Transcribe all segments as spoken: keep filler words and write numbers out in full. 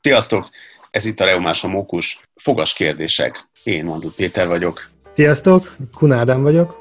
Sziasztok! Ez itt a Reumás a Mókus. Fogas kérdések. Én Mandl Péter vagyok. Sziasztok! Kun Ádám vagyok.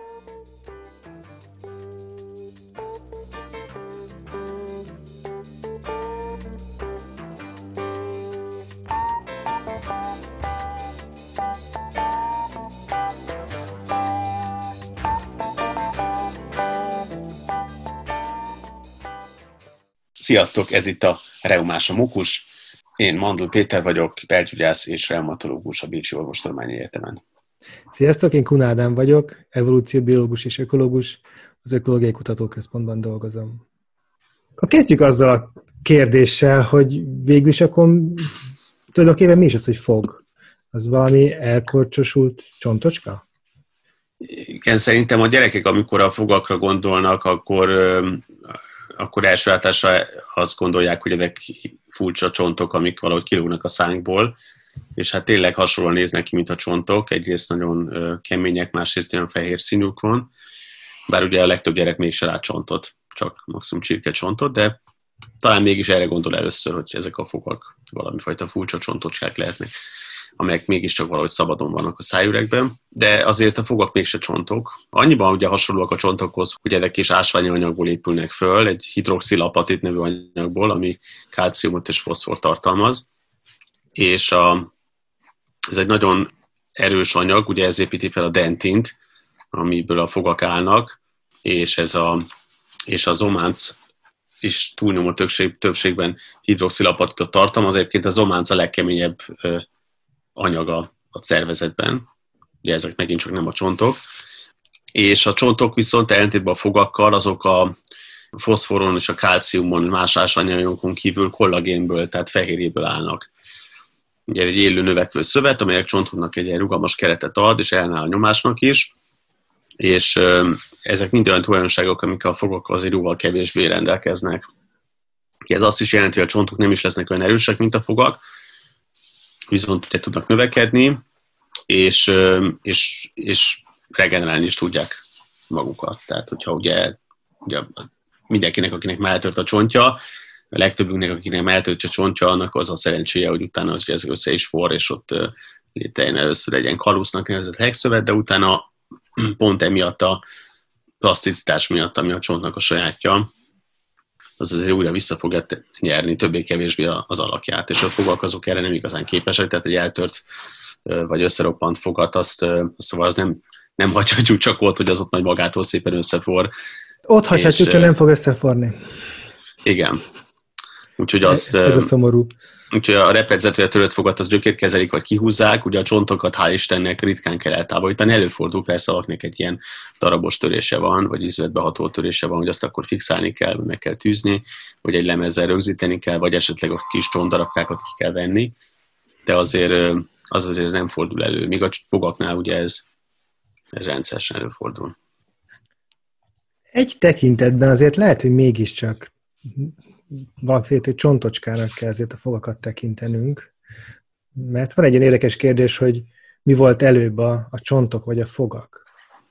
Sziasztok! Ez itt a Reumás a Mókus. Én Mandl Péter vagyok, belgyógyász és reumatológus a Bécsi Orvostudományi Egyetemen. Sziasztok! Én Kun Ádám vagyok, evolúcióbiológus és ökológus, az Ökológiai Kutatóközpontban dolgozom. Akkor kezdjük azzal a kérdéssel, hogy végül is akkor tulajdonképpen mi is az, hogy fog? Az valami elkorcsosult csontocska? Igen, szerintem a gyerekek, amikor a fogakra gondolnak, akkor, akkor első látásra azt gondolják, hogy ezek furcsa csontok, amik valahogy kilógnak a szánkból, és hát tényleg hasonlóan néznek ki, mint a csontok. Egyrészt nagyon kemények, másrészt olyan fehér színük van, bár ugye a legtöbb gyerek mégse lát csontot, csak maximum csirkecsontot, de talán mégis erre gondol először, hogy ezek a fogak valamifajta furcsa csontocskák lehetnek, amelyek mégiscsak valahogy szabadon vannak a szájüregben, de azért a fogak mégse csontok. Annyiban ugye hasonlóak a csontokhoz, hogy ezek is ásványi anyagból épülnek föl, egy hidroxilapatit nevű anyagból, ami kalciumot és foszfort tartalmaz, és a, ez egy nagyon erős anyag, ugye ez építi fel a dentint, amiből a fogak állnak, és, ez a, és a zománc is túlnyomó többség, többségben hidroxilapatitot tartalmaz. Egyébként a zománc a legkeményebb ö, anyaga a szervezetben, ugye ezek megint csak nem a csontok, és a csontok viszont ellentétben a fogakkal azok a foszforon és a kalciumon, más ásványanyagokon kívül kollagénből, tehát fehérjéből állnak. Ugye egy élő növekvő szövet, amelyek csontoknak egy rugalmas keretet ad, és ellenáll a nyomásnak is, és ö, ezek mind olyan tulajdonságok, amik a fogakkal azért jóval kevésbé rendelkeznek. Ez azt is jelenti, hogy a csontok nem is lesznek olyan erősek, mint a fogak, viszont ugye tudnak növekedni, és, és, és regenerálni is tudják magukat. Tehát, hogyha ugye, ugye mindenkinek, akinek már eltört a csontja, a legtöbbünknek, akinek már eltört a csontja, annak az a szerencséje, hogy utána az, ez össze is for, és ott létrejön először egy ilyen kalusznak nevezett hegszövet, de utána pont emiatt a plaszticitás miatt, ami a csontnak a sajátja, az azért újra vissza fogja nyerni többé-kevésbé az alakját, és a fogak azok erre nem igazán képesek, tehát egy eltört vagy összeroppant fogat, azt, szóval az nem, nem hagyhatjuk csak ott, hogy az ott majd magától szépen összefor. Ott hagyhatjuk, csak nem fog összeforni. Igen. Úgyhogy az, ez, ez a szomorú. Úgyhogy a repedzetője törött fogat az gyökért kezelik, vagy kihúzzák, ugye a csontokat hál' Istennek ritkán kell eltávolítani. Előfordul persze, akinek egy ilyen darabos törése van, vagy ízületbe ható törése van, hogy azt akkor fixálni kell, vagy meg kell tűzni, vagy egy lemezzel rögzíteni kell, vagy esetleg a kis csontdarabkákat ki kell venni. De azért az azért nem fordul elő. Míg a fogaknál ugye ez, ez rendszeresen előfordul. Egy tekintetben azért lehet, hogy mégiscsak valamiféle csontocskának kell azért a fogakat tekintenünk, mert van egy ilyen érdekes kérdés, hogy mi volt előbb a, a csontok vagy a fogak.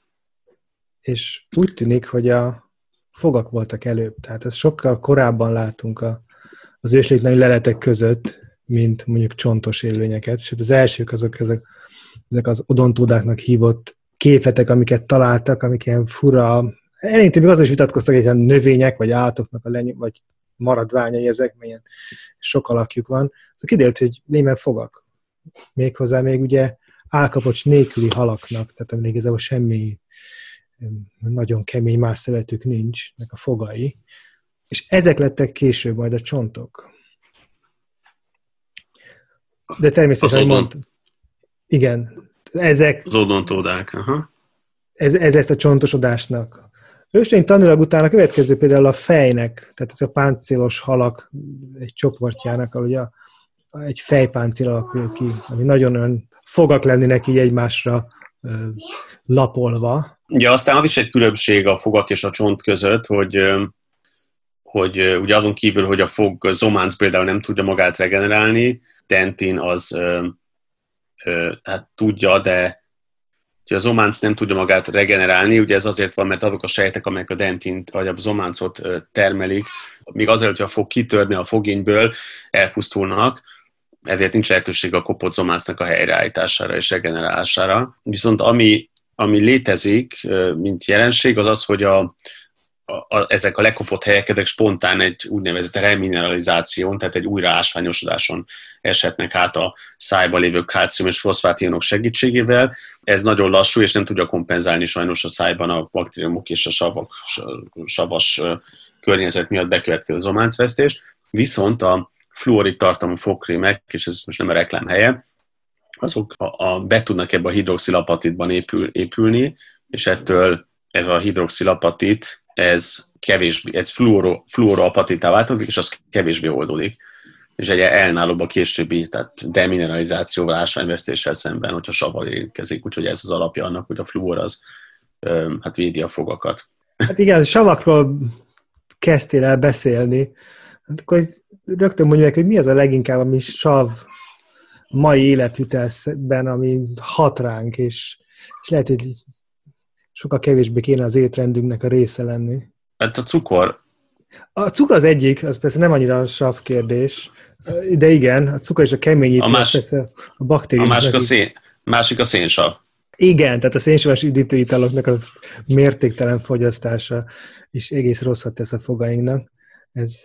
És úgy tűnik, hogy a fogak voltak előbb. Tehát ezt sokkal korábban látunk a, az őslétnemi leletek között, mint mondjuk csontos élőnyeket. És hát az elsők azok ezek, ezek az odontódáknak hívott képletek, amiket találtak, amik ilyen fura. Eleinte még azon is vitatkoztak, hogy ilyen növények, vagy állatoknak a lenyom, vagy maradványai ezek, milyen sok alakjuk van. Szóval kiderült, hogy némely fogak. Méghozzá még ugye állkapocs nélküli halaknak, tehát még igazából semmi nagyon kemény más szövetük nincs, nek a fogai. És ezek lettek később majd a csontok. De természetesen mond... Igen. Ezek... Az odontódák, aha. Ez, ez lesz a csontosodásnak. Őslény tanulag utána a következő például a fejnek, tehát ez a páncélos halak egy csoportjának, ahogy a, egy fejpáncél alakul ki, ami nagyon olyan fogak lennének így egymásra ö, lapolva. Ja, aztán az is egy különbség a fogak és a csont között, hogy, hogy ugye azon kívül, hogy a fog zománc például nem tudja magát regenerálni, dentin az ö, ö, hát tudja, de az zománc nem tudja magát regenerálni, ugye ez azért van, mert azok a sejtek, amelyek a dentint, vagy a zománcot termelik, még azért, hogy a fog kitörne a fogényből, elpusztulnak, ezért nincs lehetőség a kopott zománcnak a helyreállítására és regenerálására. Viszont ami, ami létezik, mint jelenség, az az, hogy a, a, a, ezek a lekopott helyek ezek spontán egy úgynevezett remineralizáción, tehát egy újraásványosodáson eshetnek át a szájba lévő kálcium és foszfátionok segítségével. Ez nagyon lassú, és nem tudja kompenzálni sajnos a szájban a baktériumok és a savak, savas környezet miatt bekövetkező zománcvesztés. Viszont a fluorid tartalmú fogkrémek, és ez most nem a reklám helye, azok a, a, be tudnak ebbe a hidroxilapatitban épül, épülni, és ettől ez a hidroxilapatit, ez kevésbé, ez fluoro, fluoroapatitá változik, és az kevésbé oldódik. És egy ellenállóbb a későbbi, tehát demineralizációval, ásványvesztéssel szemben, hogyha savval érkezik. Úgyhogy ez az alapja annak, hogy a fluor az hát védi a fogakat. Hát igen, savakról kezdtél el beszélni. Hát akkor rögtön mondjuk, hogy mi az a leginkább, ami sav mai életvitelben, ami hat ránk, és, és lehet, hogy sokkal kevésbé kéne az étrendünknek a része lenni. Hát a cukor. A cukor az egyik, az persze nem annyira a sav kérdés, de igen, a cukor és a keményítő, a, más, persze a baktériumok. A másik a, szén, másik a szénsav. Igen, tehát a szénsavas üdítőitaloknak a mértéktelen fogyasztása is egész rosszat tesz a fogainknak. Ez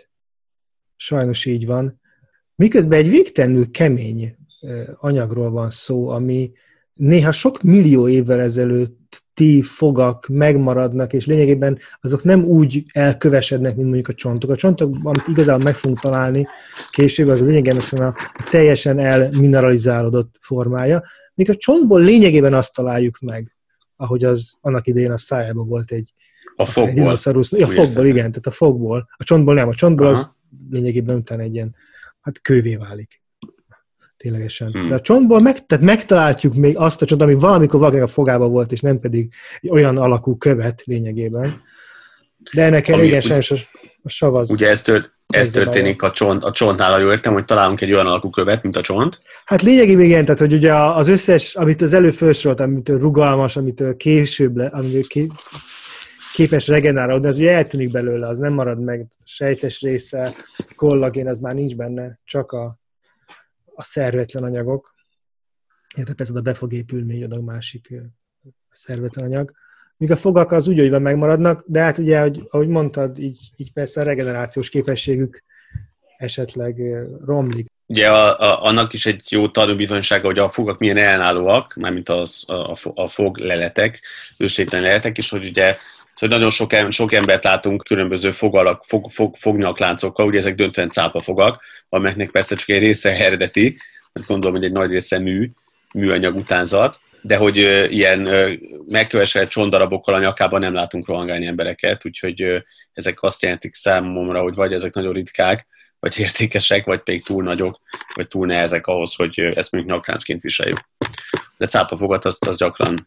sajnos így van. Miközben egy végtelenül kemény anyagról van szó, ami néha sok millió évvel ezelőtti fogak megmaradnak, és lényegében azok nem úgy elkövesednek, mint mondjuk a csontok. A csontok, amit igazából meg fogunk találni később, az lényegében a teljesen elmineralizálódott formája, míg a csontból lényegében azt találjuk meg, ahogy az annak idején a szájában volt egy a fogból. Egy a fogból, igen, tehát a fogból. A csontból nem, a csontból Aha. az lényegében utána egy ilyen, hát kővé válik. Ténylegesen. Hmm. De a csontból meg, tehát megtaláljuk még azt a csont, ami valamikor valakinek a fogában volt, és nem pedig egy olyan alakú követ lényegében. De ennek elég sajnos a, a sav az... Ugye ez, tört, ez történik a, csont, a csontnál, ha jól értem, hogy találunk egy olyan alakú követ, mint a csont. Hát lényegében igen, tehát hogy ugye az összes, amit az előbb felsorolt, amitől rugalmas, amitől később, le, amitől ké, képes regenerálódni, az ugye eltűnik belőle, az nem marad meg, a sejtes része, kollagén, az már nincs benne, csak a a szervetlen anyagok, illetve persze be fog épülni még a másik szervetlen anyag. Míg a fogak az úgy, hogy megmaradnak, de hát ugye, ahogy, ahogy mondtad, így, így persze a regenerációs képességük esetleg romlik. Ugye a, a, annak is egy jó tanúbizonysága, hogy a fogak milyen ellenállóak, mármint az, a, a fog leletek, ősségtelen leletek, és hogy ugye szóval nagyon sok, sok embert látunk különböző fogalak, fog, fog, fognyalkláncokkal, ugye ezek döntően cápafogak, amelyeknek persze csak egy része eredeti, gondolom, hogy egy nagy része mű, műanyag utánzat, de hogy ö, ilyen ö, megköveselt csonndarabokkal a nyakában nem látunk rohangálni embereket, úgyhogy ö, ezek azt jelentik számomra, hogy vagy ezek nagyon ritkák, vagy értékesek, vagy pedig túl nagyok, vagy túl nehezek ahhoz, hogy ö, ezt mondjuk nyakláncként viseljük. De cápafogat azt, azt gyakran,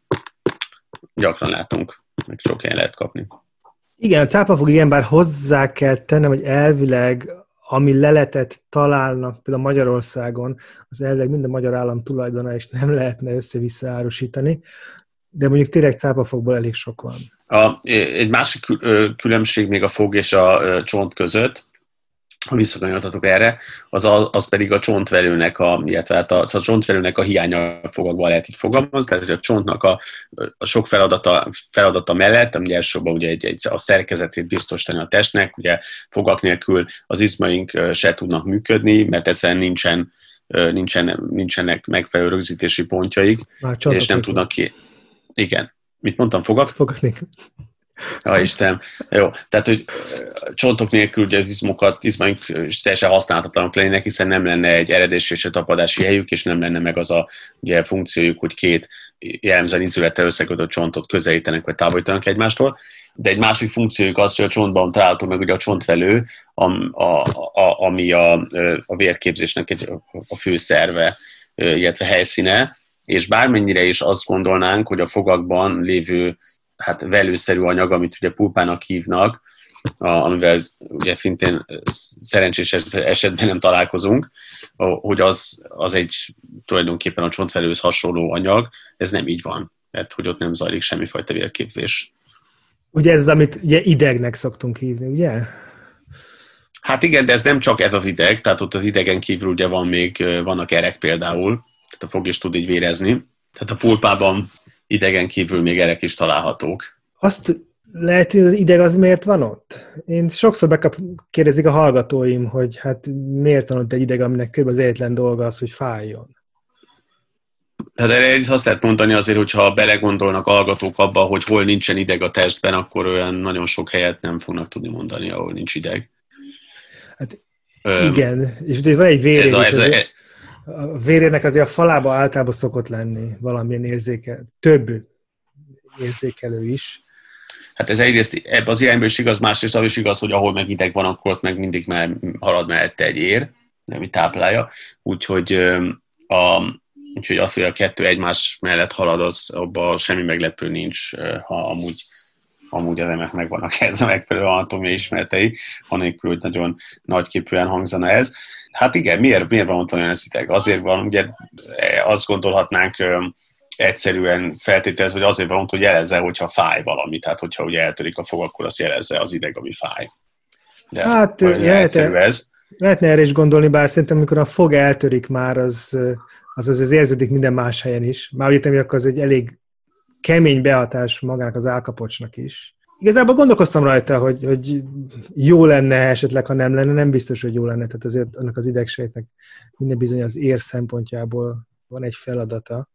gyakran látunk. Meg sok helyen lehet kapni. Igen, a cápafog, igen, bár hozzá kell tennem, hogy elvileg, ami leletet találnak például Magyarországon, az elvileg minden magyar állam tulajdona, és nem lehetne össze-vissza árusítani, de mondjuk tényleg cápafogból elég sok van. A, egy másik különbség még a fog és a csont között, ha visszakanyoltatok erre, az, a, az pedig a csontvelőnek a, illetve hát a, a csontvelőnek a hiánya fogakban lehet így fogalmazni, tehát hogy a csontnak a, a sok feladata, feladata mellett, ami elsősorban ugye egy, egy, a szerkezetét biztosítani a testnek, ugye fogak nélkül az izmaink se tudnak működni, mert egyszerűen nincsen, nincsen, nincsenek megfelelő rögzítési pontjaik, és nem tudnak ki. Igen. Mit mondtam, fogak? Fogak nélkül. Ja, Isten. Jó. Tehát, hogy csontok nélkül ugye az izmokat, izmaink teljesen használhatatlanok lennének, hiszen nem lenne egy eredés és egy tapadási helyük, és nem lenne meg az a ugye, funkciójuk, hogy két jellemzően izülettel összekötött csontot közelítenek, vagy távolítanak egymástól. De egy másik funkciójuk az, hogy a csontban található meg ugye a csontvelő, a, a, a, ami a, a vérképzésnek egy, a fő szerve, illetve helyszíne, és bármennyire is azt gondolnánk, hogy a fogakban lévő hát velőszerű anyag, amit ugye pulpának hívnak, a, amivel ugye szintén szerencsés esetben nem találkozunk, hogy az, az egy tulajdonképpen a csontvelőhöz hasonló anyag, ez nem így van, mert hogy ott nem zajlik semmifajta vérképzés. Ugye ez az, amit ugye idegnek szoktunk hívni, ugye? Hát igen, de ez nem csak ez az ideg, tehát ott az idegen kívül ugye van még, vannak erek például, tehát a fog is tud így vérezni. Tehát a pulpában idegen kívül még erek is találhatók. Azt lehet, hogy az ideg az miért van ott? Én sokszor bekap, kérdezik a hallgatóim, hogy hát miért van ott egy ideg, aminek kb. Az egyetlen dolga az, hogy fájjon. Tehát erre is azt lehet mondani azért, hogyha belegondolnak a hallgatók abba, hogy hol nincsen ideg a testben, akkor olyan nagyon sok helyet nem fognak tudni mondani, ahol nincs ideg. Hát igen, Öm, és ugye van egy vérér is, a, azért, a vérérnek azért a falába általában szokott lenni valamilyen érzékel, több érzékelő is. Hát ez egyrészt ebben az irányban is igaz, másrészt az is igaz, hogy ahol meg ideg van, akkor ott meg mindig már halad mellette egy ér, ami táplálja. Úgyhogy, a, úgyhogy az, hogy a kettő egymás mellett halad, az abban semmi meglepő nincs, ha amúgy, amúgy az emek meg vannak ez a megfelelő anatómiai ismeretei, anélkül, hogy nagyon nagyképűen hangzana ez. Hát igen, miért, miért van ott olyan ez ideg? Azért van, ugye azt gondolhatnánk, egyszerűen feltételezve, hogy azért van, hogy jelezze, hogyha fáj valami. Tehát, hogyha ugye eltörik a fog, akkor azt jelezze az ideg, ami fáj. De hát lehetne, ez. lehetne erre is gondolni, bár szerintem, amikor a fog eltörik már, az az, az, az érződik minden más helyen is. Már úgy értem, akkor az egy elég kemény behatás magának az állkapocsnak is. Igazából gondolkoztam rajta, hogy, hogy jó lenne esetleg, ha nem lenne, nem biztos, hogy jó lenne. Tehát azért annak az idegsejtnek minden bizony az ér szempontjából van egy feladata.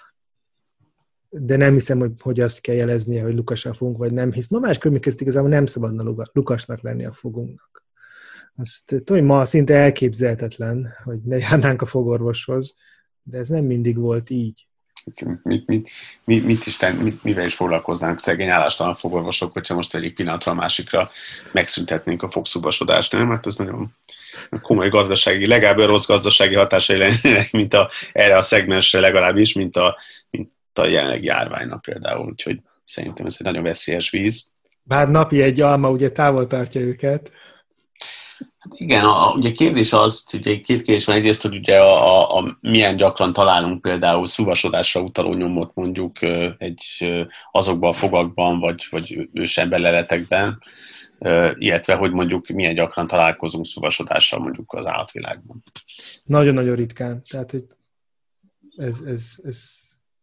De nem hiszem, hogy, hogy azt kell jeleznie, hogy lukas a fogunk, vagy nem hisz. No, más körülmények közt igazából nem szabadna lukasnak lenni a fogunknak. Azt tudom, hogy ma szinte elképzelhetetlen, hogy ne járnánk a fogorvoshoz, de ez nem mindig volt így. Mit, mit, mit, mit is ten, mit, mivel is foglalkoznánk szegény állástalan fogorvosok, hogyha most egyik pillanatra a másikra megszüntetnénk a fogszúvasodást, nem? Hát ez nagyon komoly gazdasági, legalább a rossz gazdasági hatásai lennének, mint a, erre a szegmensre legalábbis, mint a, mint a jelenlegi járványnak például, úgyhogy szerintem ez egy nagyon veszélyes víz. Bár napi egy alma ugye távol tartja őket. Hát igen, a, ugye kérdés az, ugye két kérdés van, egyrészt, hogy ugye a, a, a milyen gyakran találunk például szúvasodásra utaló nyomot mondjuk egy azokban a fogakban, vagy, vagy ősember leletekben, illetve hogy mondjuk milyen gyakran találkozunk szúvasodással mondjuk az állatvilágban. Nagyon-nagyon ritkán. Tehát, hogy ez, ez, ez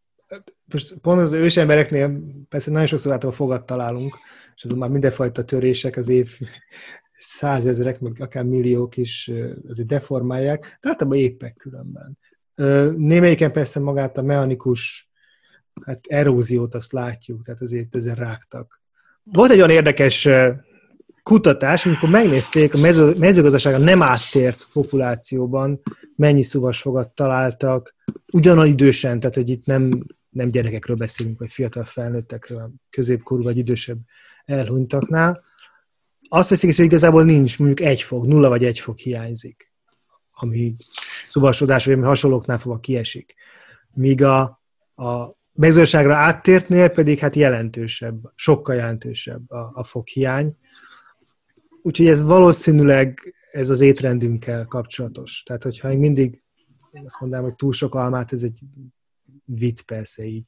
most pont az ősembereknél persze nagyon sokszor általában fogat találunk, és azon már mindenfajta törések az év százezrek, meg akár milliók is azért deformálják, de általában épek különben. Némelyiken persze magát a mechanikus hát eróziót azt látjuk, tehát azért ezen rágtak. Volt egy olyan érdekes kutatás, amikor megnézték a mező, mezőgazdaságon nem áttért populációban mennyi szúvasfogat találtak, ugyanolyan idősen, tehát hogy itt nem, nem gyerekekről beszélünk, vagy fiatal felnőttekről, középkorú vagy idősebb elhunytaknál. Azt veszik, hogy igazából nincs, mondjuk egy fog, nulla vagy egy fog hiányzik, ami szúvasodás vagy ami hasonlóknál fogva kiesik. Míg a, a mezőgazdaságra áttértnél pedig hát jelentősebb, sokkal jelentősebb a, a foghiány. Úgyhogy ez valószínűleg ez az étrendünkkel kapcsolatos. Tehát, hogyha mindig azt mondanám, hogy túl sok almát, ez egy vicc persze így.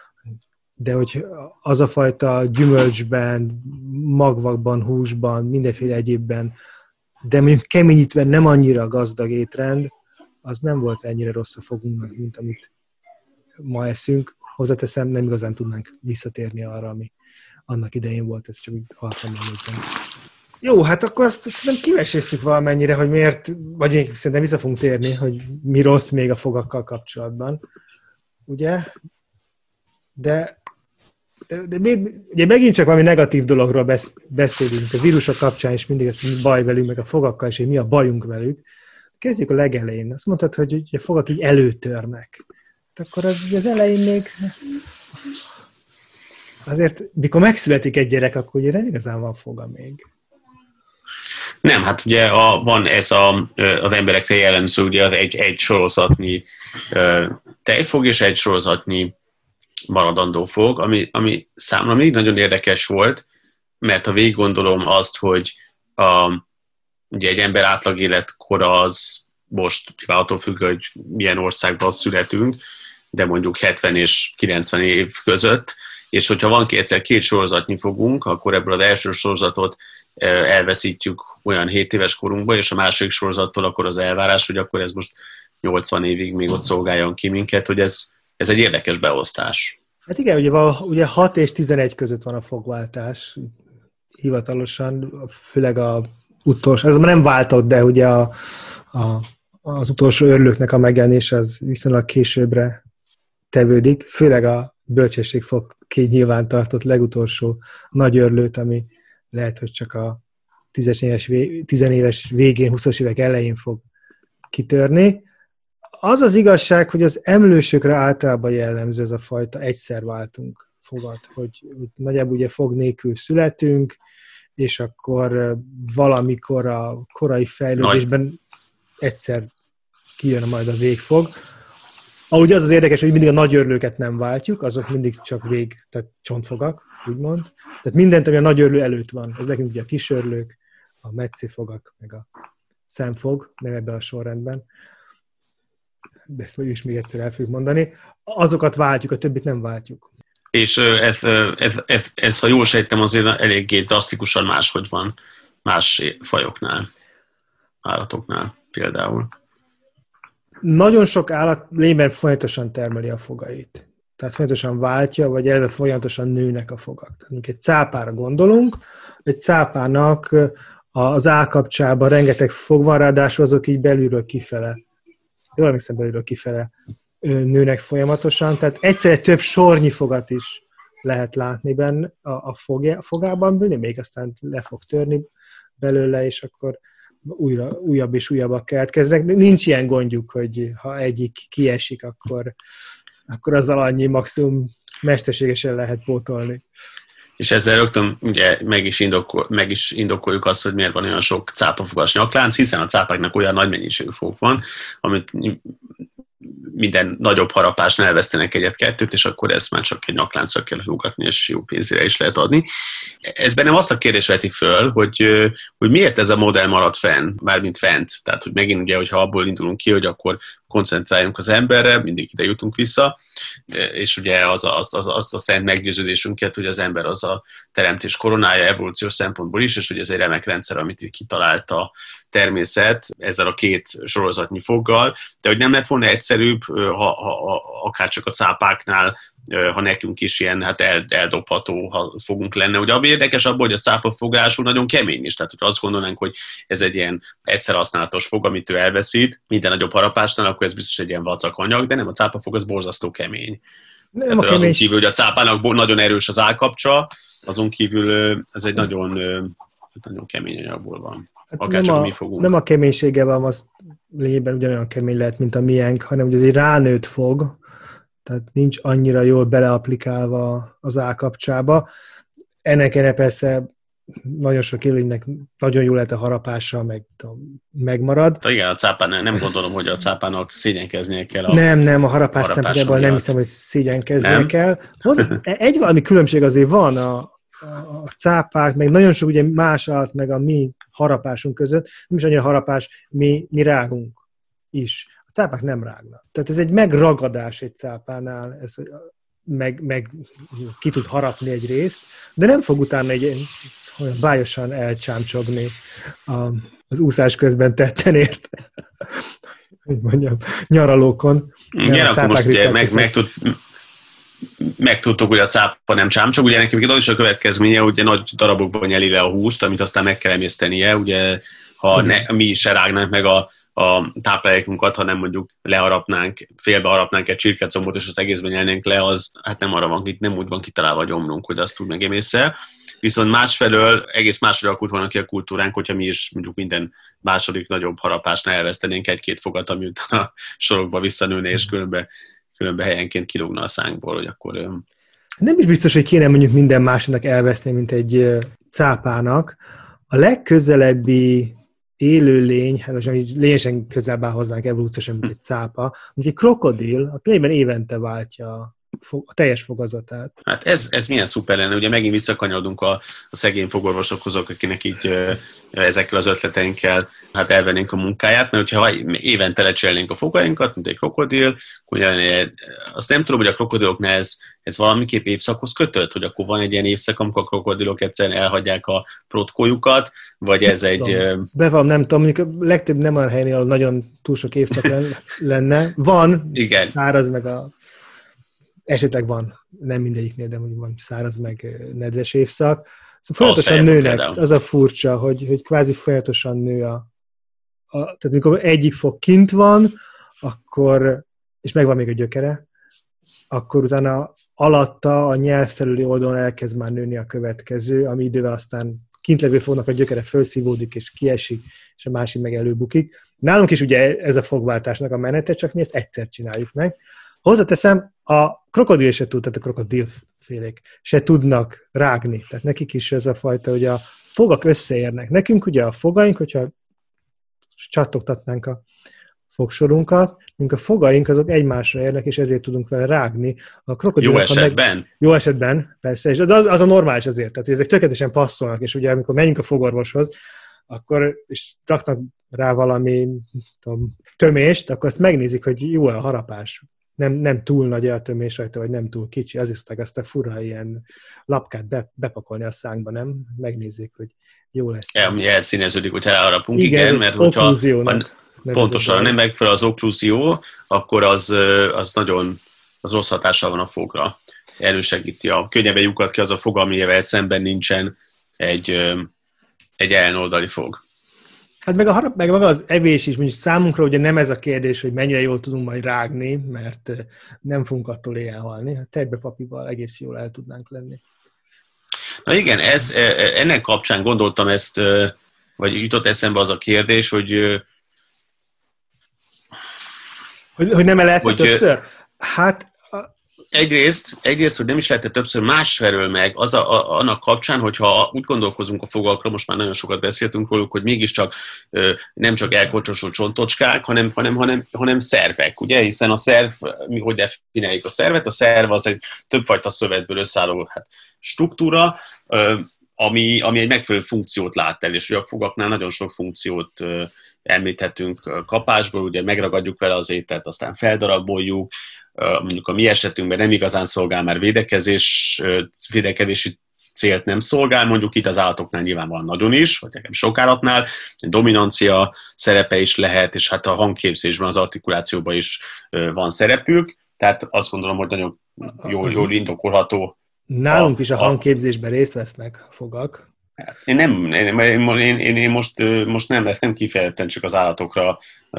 De hogy az a fajta gyümölcsben, magvakban, húsban, mindenféle egyébben, de mondjuk keményítve nem annyira gazdag étrend, az nem volt ennyire rossz a fogunknak, mint amit ma eszünk. Hozzáteszem, nem igazán tudnánk visszatérni arra, ami annak idején volt, ez csak úgy halkan megnézem. Jó, hát akkor azt szerintem kiveséztük valamennyire, hogy miért, vagy én szerintem vissza fogunk térni, hogy mi rossz még a fogakkal kapcsolatban. Ugye? De, de, de még, ugye megint csak valami negatív dologról besz, beszélünk. A vírusok kapcsán is mindig azt, mi baj velünk, meg a fogakkal, és mi a bajunk velük. Kezdjük a legelején. Azt mondtad, hogy a fogak így előtörnek. Hát akkor az, az elején még... Azért, mikor megszületik egy gyerek, akkor ugye nem igazán van foga még. Nem, hát ugye a, van ez a, az emberekre jellemző, ugye az egy, egy sorozatnyi tejfog és egy sorozatnyi maradandó fog, ami, ami számomra mindig nagyon érdekes volt, mert ha végig gondolom azt, hogy a, ugye egy ember átlag életkora az most attól függ, hogy milyen országban születünk, de mondjuk hetven és kilencven év között, és hogyha van kétszer két sorozatnyi fogunk, akkor ebből az első sorozatot elveszítjük olyan hét éves korunkba, és a második sorozattól akkor az elvárás, hogy akkor ez most nyolcvan évig még ott szolgáljon ki minket, hogy ez, ez egy érdekes beosztás. Hát igen, ugye, ugye hat és tizenegy között van a fogváltás hivatalosan, főleg a utolsó, ez már nem váltott, de ugye a, a, az utolsó örlőknek a megjelenés az viszonylag későbbre tevődik, főleg a bölcsesség fog kinyilvántartott legutolsó nagy örlőt, ami lehet, hogy csak a tizenéves végén, húszas évek elején fog kitörni. Az az igazság, hogy az emlősökre általában jellemző ez a fajta egyszer váltunk fogat, hogy, hogy nagyjából ugye fog nélkül születünk, és akkor valamikor a korai fejlődésben Nagy. egyszer kijön majd a végfog. Ahogy az az érdekes, hogy mindig a nagy örlőket nem váltjuk, azok mindig csak vég, tehát csontfogak, úgymond. Tehát mindent, ami a nagy örlő előtt van. Ez nekünk ugye a kis örlők, a metszifogak, meg a szemfog, nem ebben a sorrendben. De ezt is még egyszer el fogjuk mondani. Azokat váltjuk, a többit nem váltjuk. És ez, ez, ez, ez, ha jól sejtem, azért eléggé drasztikusan máshogy van más fajoknál, állatoknál például. Nagyon sok állat lényben folyamatosan termeli a fogait. Tehát folyamatosan váltja, vagy eleve folyamatosan nőnek a fogak. Tehát egy cápára gondolunk, egy cápának az állkapcsában rengeteg fog van, ráadásul azok így belülről kifele. Jól emlékszem, belülről kifele nőnek folyamatosan, tehát egyszerre több sornyi fogat is lehet látni benne a, a, fogja, a fogában, bőle, még aztán le fog törni belőle, és akkor újra, újabb és újabbak keletkeznek. Nincs ilyen gondjuk, hogy ha egyik kiesik, akkor, akkor azzal annyi maximum mesterségesen lehet pótolni. És ezzel rögtön ugye meg is, indokol, meg is indokoljuk azt, hogy miért van olyan sok cápafogas nyaklánc, hiszen a cápáknak olyan nagy mennyiségű fog van, amit minden nagyobb harapásnál elvesztenek egyet-kettőt, és akkor ezt már csak egy nyakláncra kell rúgatni, és jó pénzére is lehet adni. Ez bennem azt a kérdést veti föl, hogy, hogy miért ez a modell maradt fenn, mármint fent. Tehát, hogy megint ugye, hogyha abból indulunk ki, hogy akkor koncentráljunk az emberre, mindig ide jutunk vissza, és ugye az a, az, az, az a szent meggyőződésünket, hogy az ember az a teremtés koronája evolúciós szempontból is, és hogy ez egy remek rendszer, amit itt kitalált a természet ezzel a két sorozatnyi foggal, de hogy nem lett volna egyszerűbb, ha, ha, ha akár csak a cápáknál, ha nekünk is ilyen hát el, eldobható ha fogunk lenne. Ugye ami érdekes abban, hogy a cápafogású nagyon kemény is, tehát hogy azt gondolnánk, hogy ez egy ilyen egyszer használatos fog, amit ő elveszít, minden nagyobb harapásnál, akkor ez biztos egy ilyen vacak anyag, de nem, a cápafog az borzasztó kemény. Nem tehát, a azon kívül, hogy a cápának nagyon erős az állkapcsa, azon kívül ez egy nagyon, nagyon kemény anyagból van. Hát nem, a, mi fogunk. Nem a keménysége van, az lényegében ugyanolyan kemény lehet, mint a miénk, hanem hogy ez egy ránőtt fog, tehát nincs annyira jól beleaplikálva az állkapcsába. Ennek erre persze nagyon sok élőnynek nagyon jól lehet a harapása, meg megmarad. De igen, a cápán, nem gondolom, hogy a cápának szégyenkeznie kell. A nem, nem, a harapás szempontjából nem hiszem, hogy szégyenkeznie nem? kell. Hozzá, egy valami különbség azért van a, a cápák, meg nagyon sok ugye más állat, meg a mi harapásunk között, nem is annyira harapás, mi, mi rágunk is. A cápák nem rágnak. Tehát ez egy megragadás egy cápánál, ez meg, meg ki tud harapni egy részt, de nem fog utána egy olyan bájosan elcsámcsogni a, az úszás közben tettenért, hogy mondjam, nyaralókon. Igen, akkor most ugye meg, meg, tud, megtudtuk, hogy a cápa nem csámcsog, ugye nekem az is a következménye, hogy nagy darabokban nyeli le a húst, amit aztán meg kell emésztenie, ugye ha ne, mi is se rágnánk meg a a táplálékunkat, hanem mondjuk leharapnánk, félbeharapnánk egy csirkecombot, és az egészben nyelnénk le, az hát nem arra van, nem úgy van kitalálva a gyomrunk, hogy azt tud megemészszel. Viszont másfelől egész máshogy alakult volna ki a kultúránk, hogyha mi is mondjuk minden második nagyobb harapásnál elvesztenénk egy-két fogat, ami utána a sorokba visszanőne, és különben, különben helyenként kilógna a szánkból, hogy akkor... Nem is biztos, hogy kéne mondjuk minden másodnak elveszni, mint egy cápának. A legközelebbi élőlény, hát most ami lényesen közelebb áll hozzánk evolúciósan, mint egy cápa, mint egy krokodil, a lényben évente váltja a teljes fogazatát. Hát ez, ez milyen szuper lenne, ugye megint visszakanyarodunk a, a szegény fogorvosokhoz, akinek így ö, ezekkel az ötleteinkkel hát elvennénk a munkáját, mert hogyha évente lecserélnénk a fogainkat, mint egy krokodil, ugye, azt nem tudom, hogy a krokodiloknál ez, ez valamiképp évszakhoz kötött, hogy akkor van egy ilyen évszak, amikor a krokodilok egyszerűen elhagyják a protkójukat, vagy ez egy... Tudom. De van, nem tudom, mondjuk a legtöbb nem olyan helynél, ahol nagyon túl sok évszak lenne. Van, igen. Száraz meg a... Esetleg van, nem mindegyiknél, de mondjuk van száraz meg nedves évszak. Szóval folyamatosan nőnek, például. Az a furcsa, hogy, hogy kvázi folyamatosan nő a, a... Tehát amikor egyik fog kint van, akkor, és megvan még a gyökere, akkor utána alatta a nyelv felüli oldalon elkezd már nőni a következő, ami idővel aztán kintlevő fognak a gyökere felszívódik, és kiesik, és a másik meg előbukik. Nálunk is ugye ez a fogváltásnak a menete, csak mi ezt egyszer csináljuk meg. Hozzáteszem, a krokodil se tud, tehát a krokodilfélék se tudnak rágni. Tehát nekik is ez a fajta, hogy a fogak összeérnek. Nekünk ugye a fogaink, hogyha csattogtatnánk a fogsorunkat, a fogaink azok egymásra érnek, és ezért tudunk vele rágni. A jó esetben? Meg, jó esetben, persze, és az, az a normális azért, tehát hogy ezek tökéletesen passzolnak, és ugye amikor megyünk a fogorvoshoz, akkor és raknak rá valami tudom, tömést, akkor azt megnézik, hogy jó a harapás. Nem, nem túl nagy a tömés rajta, vagy nem túl kicsi. Az is szokták azt a fura ilyen lapkát be, bepakolni a szánkba, nem? Megnézzék, hogy jó lesz. Ja, ami elszíneződik, hogyha elharapunk, igen, igen mert hogyha pontosan nem megfelel az okkluzió, akkor az, az nagyon az rossz hatással van a fogra. Elősegíti a könnyebben lyukad ki az a fog, amivel szemben nincsen egy, egy ellenoldali fog. Hát meg, a harap, meg maga az evés is, mondjuk számunkra ugye nem ez a kérdés, hogy mennyire jól tudunk majd rágni, mert nem fogunk attól éjjelhalni. A tejbepapival egész jól el tudnánk lenni. Na igen, ez, ennek kapcsán gondoltam ezt, vagy jutott eszembe az a kérdés, hogy Hogy, hogy nem lehetne hogy, többször? Hát... Egyrészt, egyrészt, hogy nem is lehetne többször, másfelől meg az a, a, annak kapcsán, hogyha úgy gondolkozunk a fogakra, most már nagyon sokat beszéltünk róluk, hogy mégiscsak nem csak elkocsosult csontocskák, hanem, hanem, hanem, hanem szervek, ugye? Hiszen a szerv, mi hogy definiáljuk a szervet? A szerv az egy többfajta szövetből összeálló hát, struktúra, ami, ami egy megfelelő funkciót lát el, és ugye a fogaknál nagyon sok funkciót említhetünk kapásból, ugye megragadjuk vele az ételt, aztán feldaraboljuk, mondjuk a mi esetünkben nem igazán szolgál már védekezés, védekezési célt nem szolgál, mondjuk itt az állatoknál nyilván van nagyon is, vagy nekem sok állatnál, dominancia szerepe is lehet, és hát a hangképzésben, az artikulációban is van szerepük, tehát azt gondolom, hogy nagyon jól, jól indokolható. Nálunk a, is a hangképzésben részt vesznek a fogak. Én nem, én, én, én, én most, most nem, nem kifejezetten csak az állatokra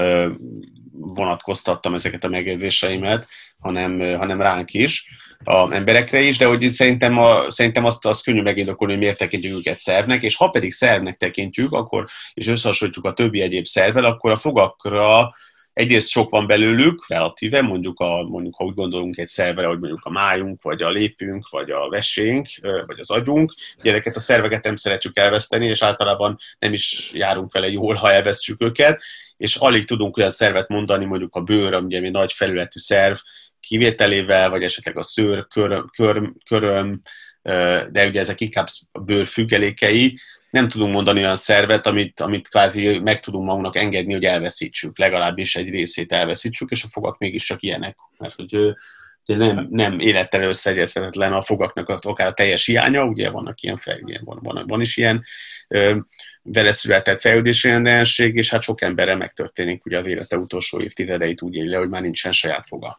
vonatkoztattam ezeket a megjegyzéseimet, hanem, hanem ránk is, az emberekre is, de hogy szerintem, a, szerintem azt, azt könnyű megindokolni, hogy miért tekintjük őket szervnek, és ha pedig szervnek tekintjük, akkor, és összehasonlítjuk a többi egyéb szervvel, akkor a fogakra egyrészt sok van belőlük, relatíve, mondjuk, a, mondjuk ha úgy gondolunk egy szervre, hogy mondjuk a májunk, vagy a lépünk, vagy a vesénk, vagy az agyunk, ezeket a szerveket nem szeretjük elveszteni, és általában nem is járunk vele jól, ha elvesztjük őket, és alig tudunk olyan szervet mondani, mondjuk a bőr, ami egy nagy felületű szerv kivételével, vagy esetleg a szőr, köröm, köröm, köröm de ugye ezek inkább a bőr függelékei, nem tudunk mondani olyan szervet, amit, amit kvázi meg tudunk magunknak engedni, hogy elveszítsük, legalábbis egy részét elveszítsük, és a fogak mégiscsak ilyenek, mert hogy nem, nem élettel összeegyezhetetlen a fogaknak akár a teljes hiánya, ugye vannak ilyen fej, van, van, van is ilyen ö, vele született fejlődési rendellenesség, és hát sok emberrel megtörténik, ugye az élete utolsó évtizedeit úgy éli le, hogy már nincsen saját foga.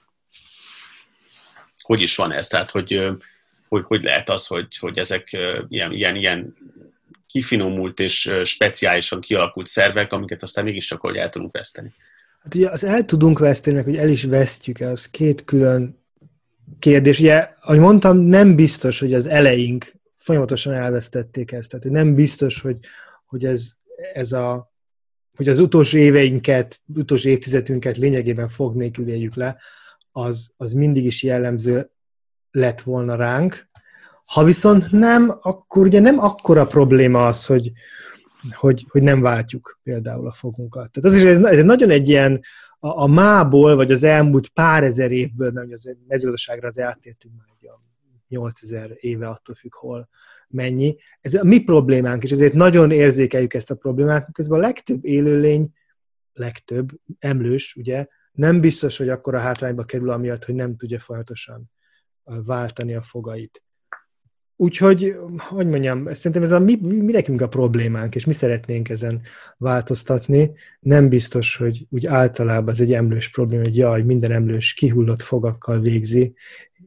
Hogy is van ez? Tehát, hogy hogy, hogy lehet az, hogy, hogy ezek ilyen, ilyen, ilyen kifinomult és speciálisan kialakult szervek, amiket aztán mégiscsak hogy el tudunk veszteni. Hát ugye az el tudunk veszteni, meg hogy el is vesztjük, az két külön kérdés. Ugye, ahogy mondtam, nem biztos, hogy az eleink folyamatosan elvesztették ezt. Tehát nem biztos, hogy, hogy ez, ez a, hogy az utolsó éveinket, utolsó évtizedünket lényegében fog nélkül éljük le, az, az mindig is jellemző lett volna ránk. Ha viszont nem, akkor ugye nem akkora probléma az, hogy, hogy, hogy nem váltjuk például a fogunkat. Tehát az is, ez, ez nagyon egy ilyen, a, a mából, vagy az elmúlt pár ezer évből, mert az mezőgazdaságra az áttértünk már egy nyolcezer éve, attól függ, hol mennyi. Ez a mi problémánk, és ezért nagyon érzékeljük ezt a problémát, közben a legtöbb élőlény, legtöbb emlős, ugye, nem biztos, hogy akkor a hátrányba kerül amiatt, hogy nem tudja folyamatosan váltani a fogait. Úgyhogy, hogy mondjam, szerintem ez a mi, mi nekünk a problémánk, és mi szeretnénk ezen változtatni. Nem biztos, hogy úgy általában ez egy emlős probléma, hogy jaj, minden emlős kihullott fogakkal végzi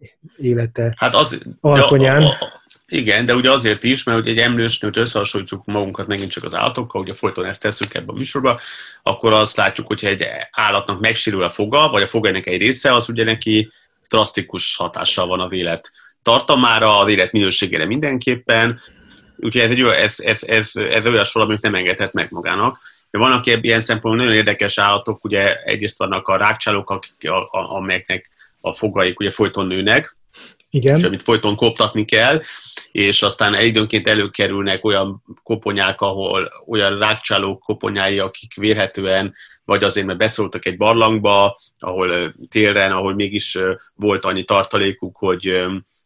élete hát az, alkonyán. De a, a, igen, de ugye azért is, mert hogy egy emlősnőt összehasonlítjuk magunkat megint csak az állatokkal, ugye folyton ezt tesszük ebben a műsorban, akkor azt látjuk, hogyha egy állatnak megsérül a foga, vagy a fogainak egy része, az ugye neki drasztikus hatással van az élet tartamára, az élet minőségére mindenképpen, úgyhogy ez, egy, ez, ez, ez, ez olyan sor, amit nem engedhet meg magának. De vannak ilyen szempontból nagyon érdekes állatok, ugye egyrészt vannak a rágcsálók, amelyeknek a fogaik ugye folyton nőnek, igen. És amit folyton koptatni kell, és aztán időnként előkerülnek olyan koponyák, ahol olyan rágcsálók koponyái, akik vérhetően, vagy azért, mert beszóltak egy barlangba, ahol télen, ahol mégis volt annyi tartalékuk, hogy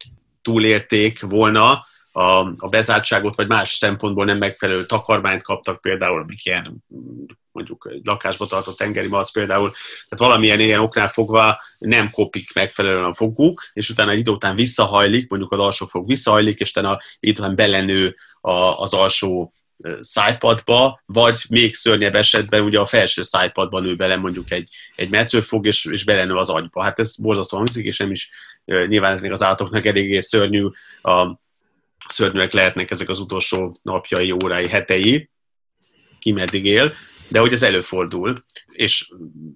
túlélték volna a, a bezártságot, vagy más szempontból nem megfelelő takarmányt kaptak például, amik ilyen, mondjuk egy lakásba tartott tengeri malac például, tehát valamilyen ilyen oknál fogva nem kopik megfelelően a foguk, és utána egy idő után visszahajlik, mondjuk az alsó fog visszahajlik, és utána egy idő után belenő a, az alsó szájpadba, vagy még szörnyebb esetben ugye a felső szájpadba nő bele mondjuk egy, egy metszőfog, és, és belenő az agyba. Hát ez borzasztóan hangzik, és nem is nyilván ezek az állatoknak eléggé szörnyű, a szörnyűek lehetnek ezek az utolsó napjai, órái, hetei, ki meddig él, de hogy ez előfordul, és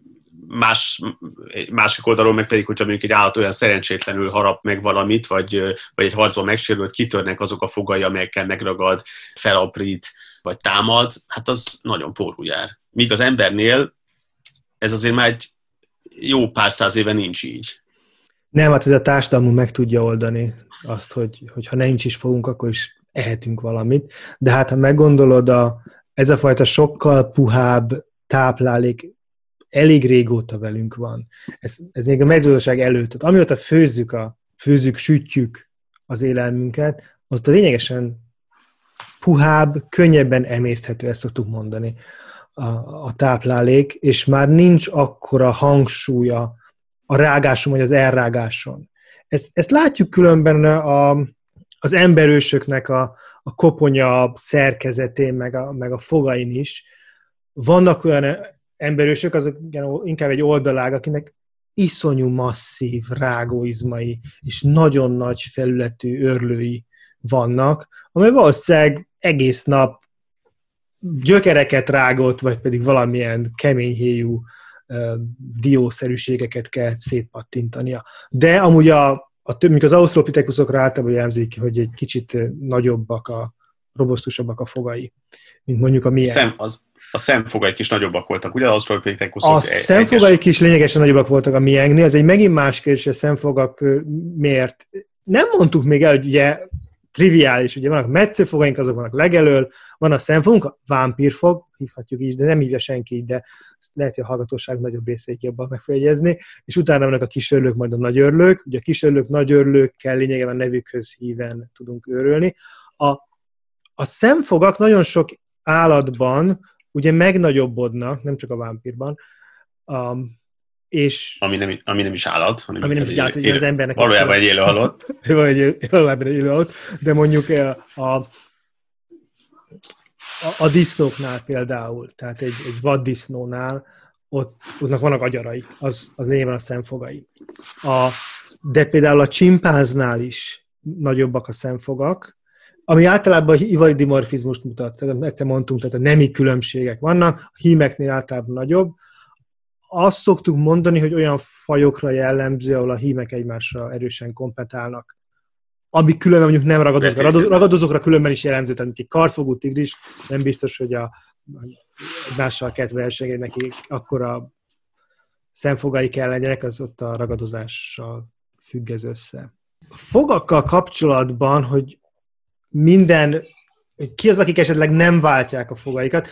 más, másik oldalról meg pedig, hogyha mondjuk egy állat olyan szerencsétlenül harap meg valamit, vagy, vagy egy harcban megsérült, kitörnek azok a fogai, amelyekkel megragad, felaprít, vagy támad, hát az nagyon pórul jár. Míg az embernél ez azért már egy jó pár száz éve nincs így. Nem, hát ez a társadalmunk meg tudja oldani azt, hogy, hogy ha nincs is fogunk, akkor is ehetünk valamit. De hát, ha meggondolod, a, ez a fajta sokkal puhább táplálék elég régóta velünk van. Ez, ez még a mezőgazdaság előtt. Tehát amióta főzzük, a, főzzük, sütjük az élelmünket, az a lényegesen puhább, könnyebben emészthető, ezt szoktuk mondani, a, a táplálék, és már nincs akkora hangsúlya a rágáson vagy az elrágáson. Ezt, ezt látjuk különben a, az emberősöknek a, a koponya szerkezetén, meg a, meg a fogain is. Vannak olyan emberősök, azok inkább egy oldalág, akinek iszonyú masszív rágóizmai és nagyon nagy felületű örlői vannak, amely valószínűleg egész nap gyökereket rágott, vagy pedig valamilyen keményhéjú diószerűségeket kell szétpattintania. De amúgy a, a több, az ausztropithekuszokra általában jellemzik, hogy egy kicsit nagyobbak, a robosztusabbak a fogai, mint mondjuk a miénk. Szem, az, a szemfogaik is nagyobbak voltak, ugye az ausztropithekuszok? A szemfogaik is lényegesen nagyobbak voltak a miénknél, az egy megint más kérdés, hogy a szemfogak miért. Nem mondtuk még el, hogy ugye triviális, ugye vannak metszőfogaink, azok vannak legelől, van a szemfogunk, a vámpírfog, hívhatjuk így, de nem hívja senki így, de lehet, hogy a hallgatóság nagyobb részét jobban meg fogja jegyezni, és utána vannak a kisörlők, majd a nagyörlők, ugye a kisörlők, nagyörlőkkel lényegében nevükhöz híven tudunk őrölni. A, a szemfogak nagyon sok állatban ugye megnagyobbodnak, nem csak a vámpírban, um, és ami, nem, ami nem is állat, hanem ami nem is állat, élő, az embernek valójában egy élő halott. Valójában egy élő halott, de mondjuk a, a, a disznóknál például, tehát egy, egy vaddisznónál, ott, ottnak vannak agyarai, az, az lényegében a szemfogai. A, de például a csimpánznál is nagyobbak a szemfogak, ami általában ivari dimorfizmust mutat. Tehát egyszer mondtunk, tehát a nemi különbségek vannak, a hímeknél általában nagyobb. Azt szoktuk mondani, hogy olyan fajokra jellemző, ahol a hímek egymásra erősen kompetálnak. Ami különben mondjuk nem ragadozók. Ragadozókra különben is jellemző, tehát egy kartfogú tigris nem biztos, hogy a, egymással kelt versenyre neki akkora szemfogai kell legyenek, az ott a ragadozással függ ez össze. Fogakkal kapcsolatban, hogy minden, hogy ki az, akik esetleg nem váltják a fogaikat,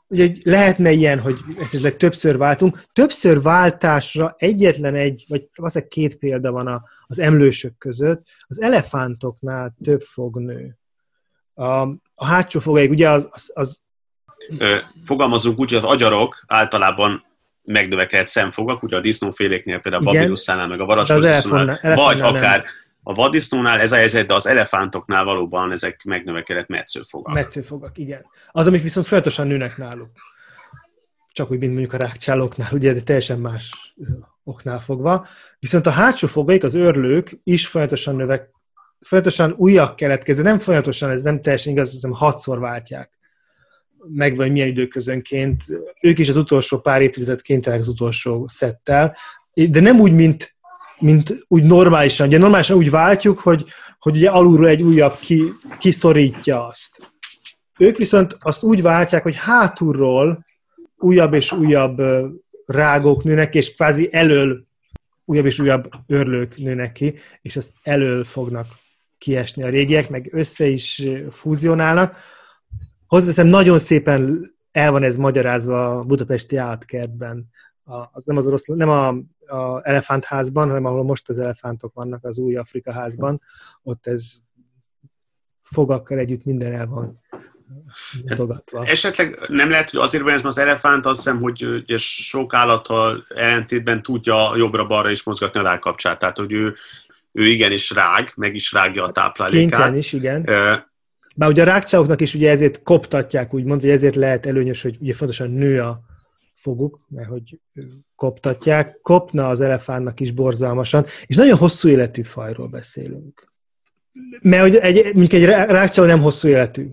ugye lehetne ilyen, hogy esetleg többször váltunk. Többször váltásra egyetlen egy, vagy valószínűleg két példa van a, az emlősök között. Az elefántoknál több fog nő. A, a hátsó fogaik, ugye az... az, az Ö, fogalmazunk úgy, hogy az agyarok általában megnövekedett szemfogak, ugye a disznóféléknél, például a babiruszánál, meg a varasdisznónál, vagy akár nem. A vaddisznónál ez a helyzet, de az elefántoknál valóban ezek megnövekedett metszőfogak. Metszőfogak, igen. Az, amik viszont folyamatosan nőnek náluk. Csak úgy, mint mondjuk a rákcsálóknál, ugye, de teljesen más oknál fogva. Viszont a hátsó fogaik, az őrlők is folyamatosan növek, folyamatosan újak keletkeznek, nem folyamatosan, ez nem teljesen igaz, hiszem hatszor váltják meg, vagy milyen időközönként. Ők is az utolsó pár évtizedet kénytelenek az utolsó szettel, de nem úgy, mint mint úgy normálisan. Ugye normálisan úgy váltjuk, hogy, hogy ugye alulról egy újabb ki, kiszorítja azt. Ők viszont azt úgy váltják, hogy hátulról újabb és újabb rágók nőnek, és kvázi elől újabb és újabb őrlők nőnek ki, és ezt elől fognak kiesni a régiek, meg össze is fúzionálnak. Hozzáteszem, nagyon szépen el van ez magyarázva a budapesti állatkertben. A, az nem az orosz, nem a, a elefántházban, hanem ahol most az elefántok vannak, az új Afrika házban, ott ez fogakkal együtt minden el van mutogatva. Hát esetleg nem lehet, hogy azért van ez az elefánt, azt hiszem, hogy ugye sok állattal ellentétben tudja jobbra-balra is mozgatni a rágkapcsát, tehát hogy ő, ő igenis rág, meg is rágja a táplálékát. Kénytelen is, igen. Uh, Bár ugye a rágcsálóknak is ugye ezért koptatják, úgymond, hogy ezért lehet előnyös, hogy ugye fontosan nő a foguk, mert hogy koptatják. Kopna az elefántnak is borzalmasan, és nagyon hosszú életű fajról beszélünk. Mert hogy egy, mondjuk egy rágcsáló nem hosszú életű.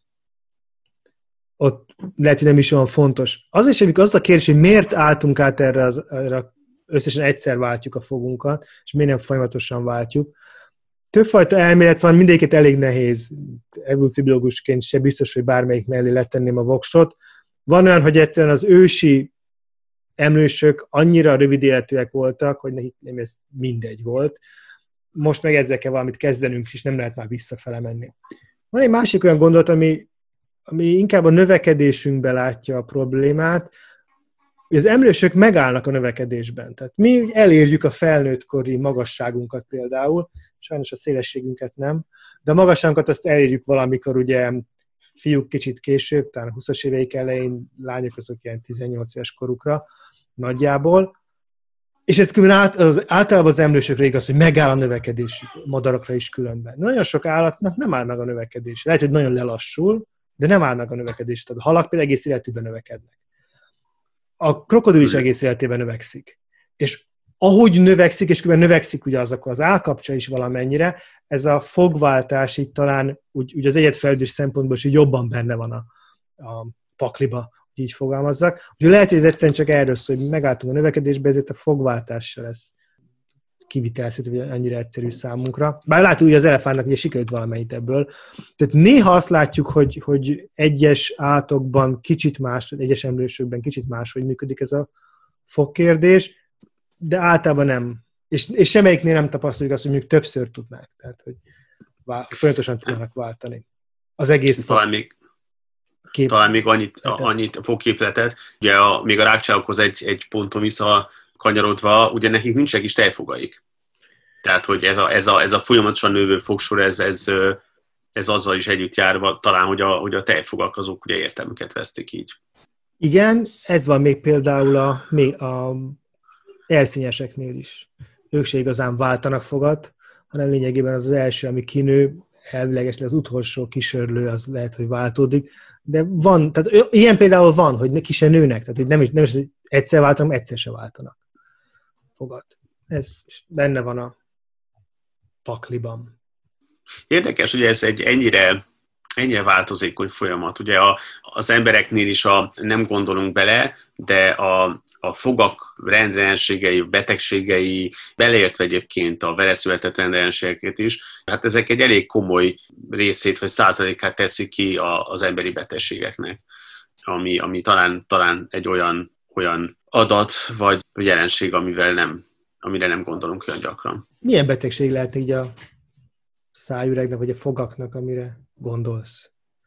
Ott lehet, hogy nem is olyan fontos. Az is, amikor az a kérdés, hogy miért álltunk át erre, az, erre összesen egyszer váltjuk a fogunkat, és miért nem folyamatosan váltjuk. Többfajta elmélet van, mindegyiket elég nehéz. Evolúcióbiológusként se biztos, hogy bármelyik mellé letenném a voksot. Van olyan, hogy egyszerűen az ősi emlősök annyira rövid életűek voltak, hogy nekik nem ez mindegy volt. Most meg ezzel kell valamit kezdenünk, és nem lehet már visszafele menni. Van egy másik olyan gondolat, ami, ami inkább a növekedésünkbe látja a problémát, hogy az emlősök megállnak a növekedésben. Tehát mi elérjük a felnőttkori magasságunkat például, sajnos a szélességünket nem, de a magasságunkat azt elérjük valamikor ugye fiúk kicsit később, talán a huszas éveik elején, lányok azok ilyen tizennyolc éves korukra nagyjából. És ez át, az, általában az emlősökre igaz, hogy megáll a növekedés, madarakra is különben. De nagyon sok állatnak nem áll meg a növekedés. Lehet, hogy nagyon lelassul, de nem áll meg a növekedés. Tehát a halak például egész életükben növekednek. A krokodil is egész életében növekszik. És ahogy növekszik, és különben növekszik ugye azok az állkapcsa is valamennyire, ez a fogváltás itt talán úgy, úgy az egyedfejlődés szempontból is jobban benne van a, a pakliba, így fogalmazzak. Úgyhogy lehet, hogy ez egyszerűen csak erről szól, hogy megálltunk a növekedésbe, ezért a fogváltással lesz kivitelezhető, hogy annyira egyszerű számunkra. Bár látjuk, hogy az elefántnak ugye sikerült valamennyit ebből. Tehát néha azt látjuk, hogy, hogy egyes állatokban kicsit más, egyes emlősökben kicsit máshogy működik ez a fogkérdés, de általában nem. És, és semmelyiknél nem tapasztaljuk azt, hogy mondjuk többször tudnák. Tehát, hogy vál, folyamatosan tudnak váltani. Az egész talán még, kép... talán még annyit, annyit fogképletet. Ugye a, még a rágcsálókhoz egy, egy ponton vissza kanyarodva, ugye nekik nincsenek is tejfogaik. Tehát, hogy ez a, ez a, ez a folyamatosan növő fogsor, ez, ez, ez azzal is együtt járva, talán, hogy a, hogy a tejfogak azok ugye értelmüket vesztik így. Igen, ez van még például a, a elszínyeseknél is. Ők se igazán váltanak fogat, hanem lényegében az az első, ami kinő, elvileges, az utolsó kisörlő, az lehet, hogy váltódik. De van, tehát ilyen például van, hogy ki se nőnek, tehát hogy nem is, nem is egyszer váltanak, egyszer se váltanak fogat. Ez benne van a pakliban. Érdekes, hogy ez egy ennyire, ennyire változékony folyamat. Ugye a, az embereknél is a, nem gondolunk bele, de a, a fogak rendellenségei, betegségei, beleértve egyébként a veleszületett rendellenségeket is, hát ezek egy elég komoly részét vagy százalékát teszik ki a, az emberi betegségeknek, ami, ami talán, talán egy olyan, olyan adat vagy jelenség, amivel nem, amire nem gondolunk olyan gyakran. Milyen betegség lehet így a szájüregnek, vagy a fogaknak, amire gondolsz?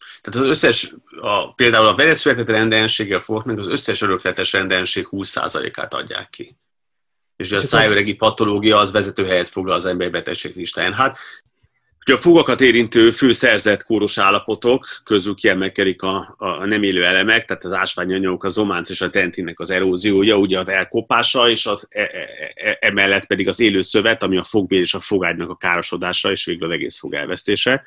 Tehát az összes, a, például a veleszületett rendellensége a fogaknak az összes örökletes rendellenség húsz százalékát adják ki. És, és a szájöregi patológia az vezető helyet foglal az emberi betegség listáján. Hát, ugye a fogakat érintő fő szerzett kóros állapotok közül kiemelkedik a, a nem élő elemek, tehát az ásványi anyagok, a zománc és a dentinnek az eróziója, ugye az elkopása, és az, e, e, emellett pedig az élő szövet, ami a fogbél és a fogágynak a károsodása, és végül az egész fog elvesztése.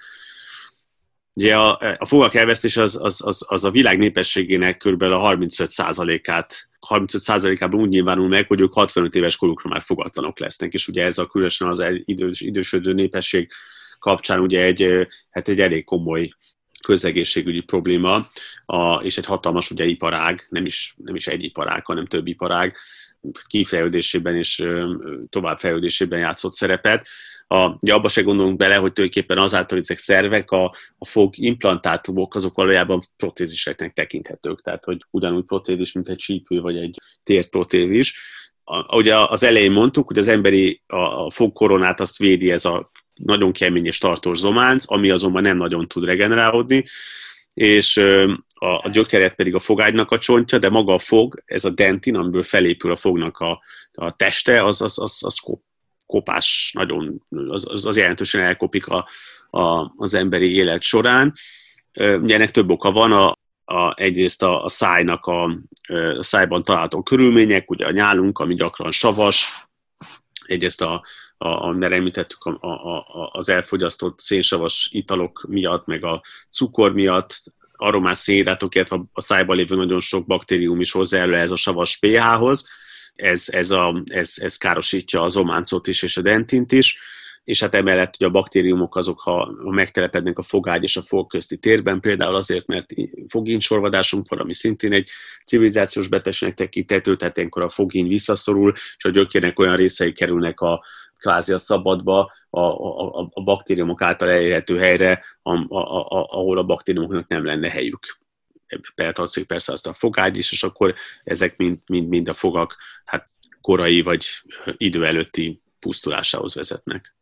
Ugye a, a fogak elvesztése az, az, az, az a világ népességének kb. A harmincöt százalékát, harmincöt százalékában úgy nyilvánul meg, hogy ők hatvanöt éves korukra már fogatlanok lesznek, és ugye ez a különösen az idős, idősödő népesség kapcsán ugye egy, hát egy elég komoly közegészségügyi probléma, a, és egy hatalmas ugye iparág, nem is, nem is egy iparág, hanem több iparág kifejlődésében és továbbfejlődésében játszott szerepet. A, ugye abba se gondolunk bele, hogy tulajdonképpen azáltal, hogy ezek szervek, a, a fogimplantátumok azok valójában protéziseknek tekinthetők, tehát hogy ugyanúgy protézis, mint egy csípő vagy egy térprotézis. A, ugye az elején mondtuk, hogy az emberi a, a fogkoronát azt védi ez a nagyon kemény és tartós zománc, ami azonban nem nagyon tud regenerálódni, és a, a gyökeret pedig a fogágynak a csontja, de maga a fog, ez a dentin, amiből felépül a fognak a, a teste, az, az, az, az kopás, nagyon, az, az, az jelentősen elkopik a, a, az emberi élet során. Ugye ennek több oka van, a, a, egyrészt a, a szájnak, a, a szájban található körülmények, ugye a nyálunk, ami gyakran savas, egyrészt a amit említettük, a, a, a, az elfogyasztott szénsavas italok miatt, meg a cukor miatt, aromás szénhidrátok, illetve a szájban lévő nagyon sok baktérium is hozzájárul ez a savas pH-hoz. Ez, ez, a, ez, ez károsítja a zománcot is és a dentint is, és hát emellett ugye a baktériumok azok, ha megtelepednek a fogágy és a fog közti térben, például azért, mert fogíncsorvadásunk van, ami szintén egy civilizációs betegségnek tekinthető, tehát ilyenkor a fogín visszaszorul, és a gyökérnek olyan részei kerülnek a kvázi a szabadba, a, a, a baktériumok által elérhető helyre, a, a, a, ahol a baktériumoknak nem lenne helyük. Beletartozik persze azt a fogágy is, és akkor ezek mind, mind, mind a fogak hát korai vagy idő előtti pusztulásához vezetnek.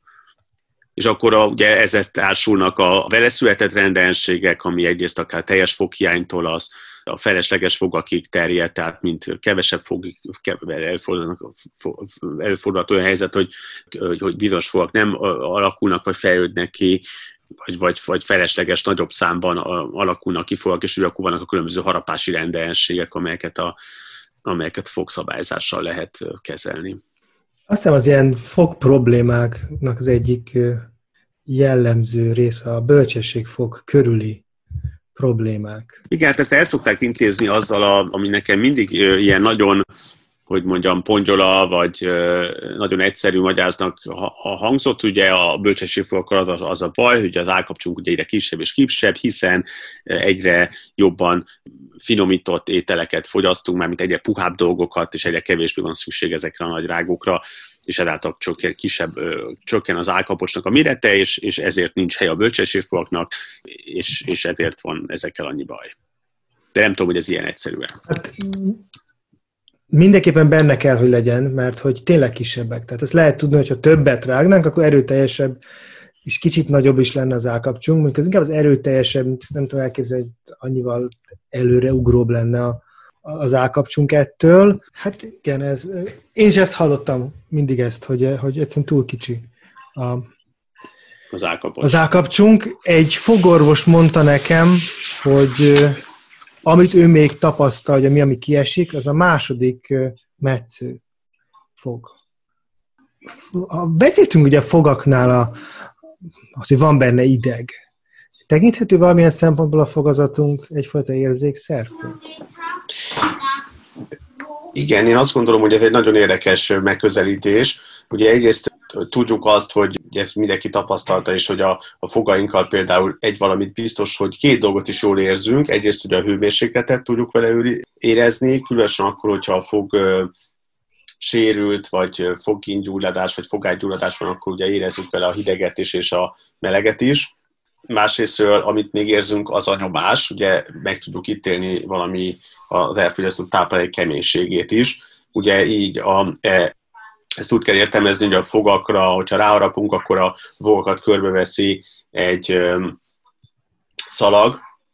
És akkor a, ugye ezzel társulnak a veleszületett rendellenségek, ami egyrészt akár teljes foghiánytól az a felesleges fogakig terjed, tehát mint kevesebb fog, előfordulhat olyan helyzet, hogy, hogy bizonyos fogak nem alakulnak, vagy fejlődnek ki, vagy, vagy, vagy felesleges nagyobb számban alakulnak ki fogak, és akkor vannak a különböző harapási rendellenségek, amelyeket a, amelyeket fogszabályzással lehet kezelni. Azt hiszem az ilyen fog problémáknak az egyik jellemző része a bölcsességfog körüli problémák. Igen, hát ezt el szokták intézni azzal, a, ami nekem mindig ilyen nagyon, hogy mondjam, pongyola, vagy nagyon egyszerű magyaráznak ha hangzott, ugye a bölcsességfogakkal az, az a baj, hogy az állkapcsunk ugye egyre kisebb és kisebb, hiszen egyre jobban finomított ételeket fogyasztunk, mármint egyre puhább dolgokat, és egyre kevésbé van szükség ezekre a nagy rágókra, és ezáltal csökken, kisebb, csökken az állkapocsnak a mérete, és, és ezért nincs hely a bölcsességfogaknak, és, és ezért van ezekkel annyi baj. De nem tudom, hogy ez ilyen egyszerűen. Hát, mindenképpen benne kell, hogy legyen, mert hogy tényleg kisebbek. Tehát ezt lehet tudni, hogyha többet rágnánk, akkor erőteljesebb, és kicsit nagyobb is lenne az állkapcsunk. Mondjuk az inkább az erőteljesebb, ezt nem tudom elképzelni, hogy annyival előreugróbb lenne a, az állkapcsunk ettől. Hát igen, ez, én is ezt hallottam mindig ezt, hogy, hogy egyszerűen túl kicsi a, az, állkapocs. az állkapcsunk. Egy fogorvos mondta nekem, hogy amit ő még tapasztal, hogy mi, ami kiesik, az a második metsző fog. Beszéltünk ugye a fogaknál a, az, hogy van benne ideg. Tekinthető valamilyen szempontból a fogazatunk egyfajta érzékszerv? Igen, én azt gondolom, hogy ez egy nagyon érdekes megközelítés. Ugye egyrészt tudjuk azt, hogy ezt mindenki tapasztalta, és hogy a, a fogainkkal például egy valamit biztos, hogy két dolgot is jól érzünk. Egyrészt ugye a hőmérsékletet tudjuk vele érezni, különösen akkor, hogyha a fog ö, sérült, vagy fogkíngyulladás, vagy fogágygyulladás van, akkor ugye érezzük vele a hideget is, és a meleget is. Másrésztről, amit még érzünk, az a nyomás, ugye meg tudjuk ítélni valami az elfogyasztott táplálék keménységét is. Ugye így a, e, ezt úgy kell értelmezni, hogy a fogakra, hogyha ráharapunk, akkor a fogakat körbeveszi egy ö, szalag,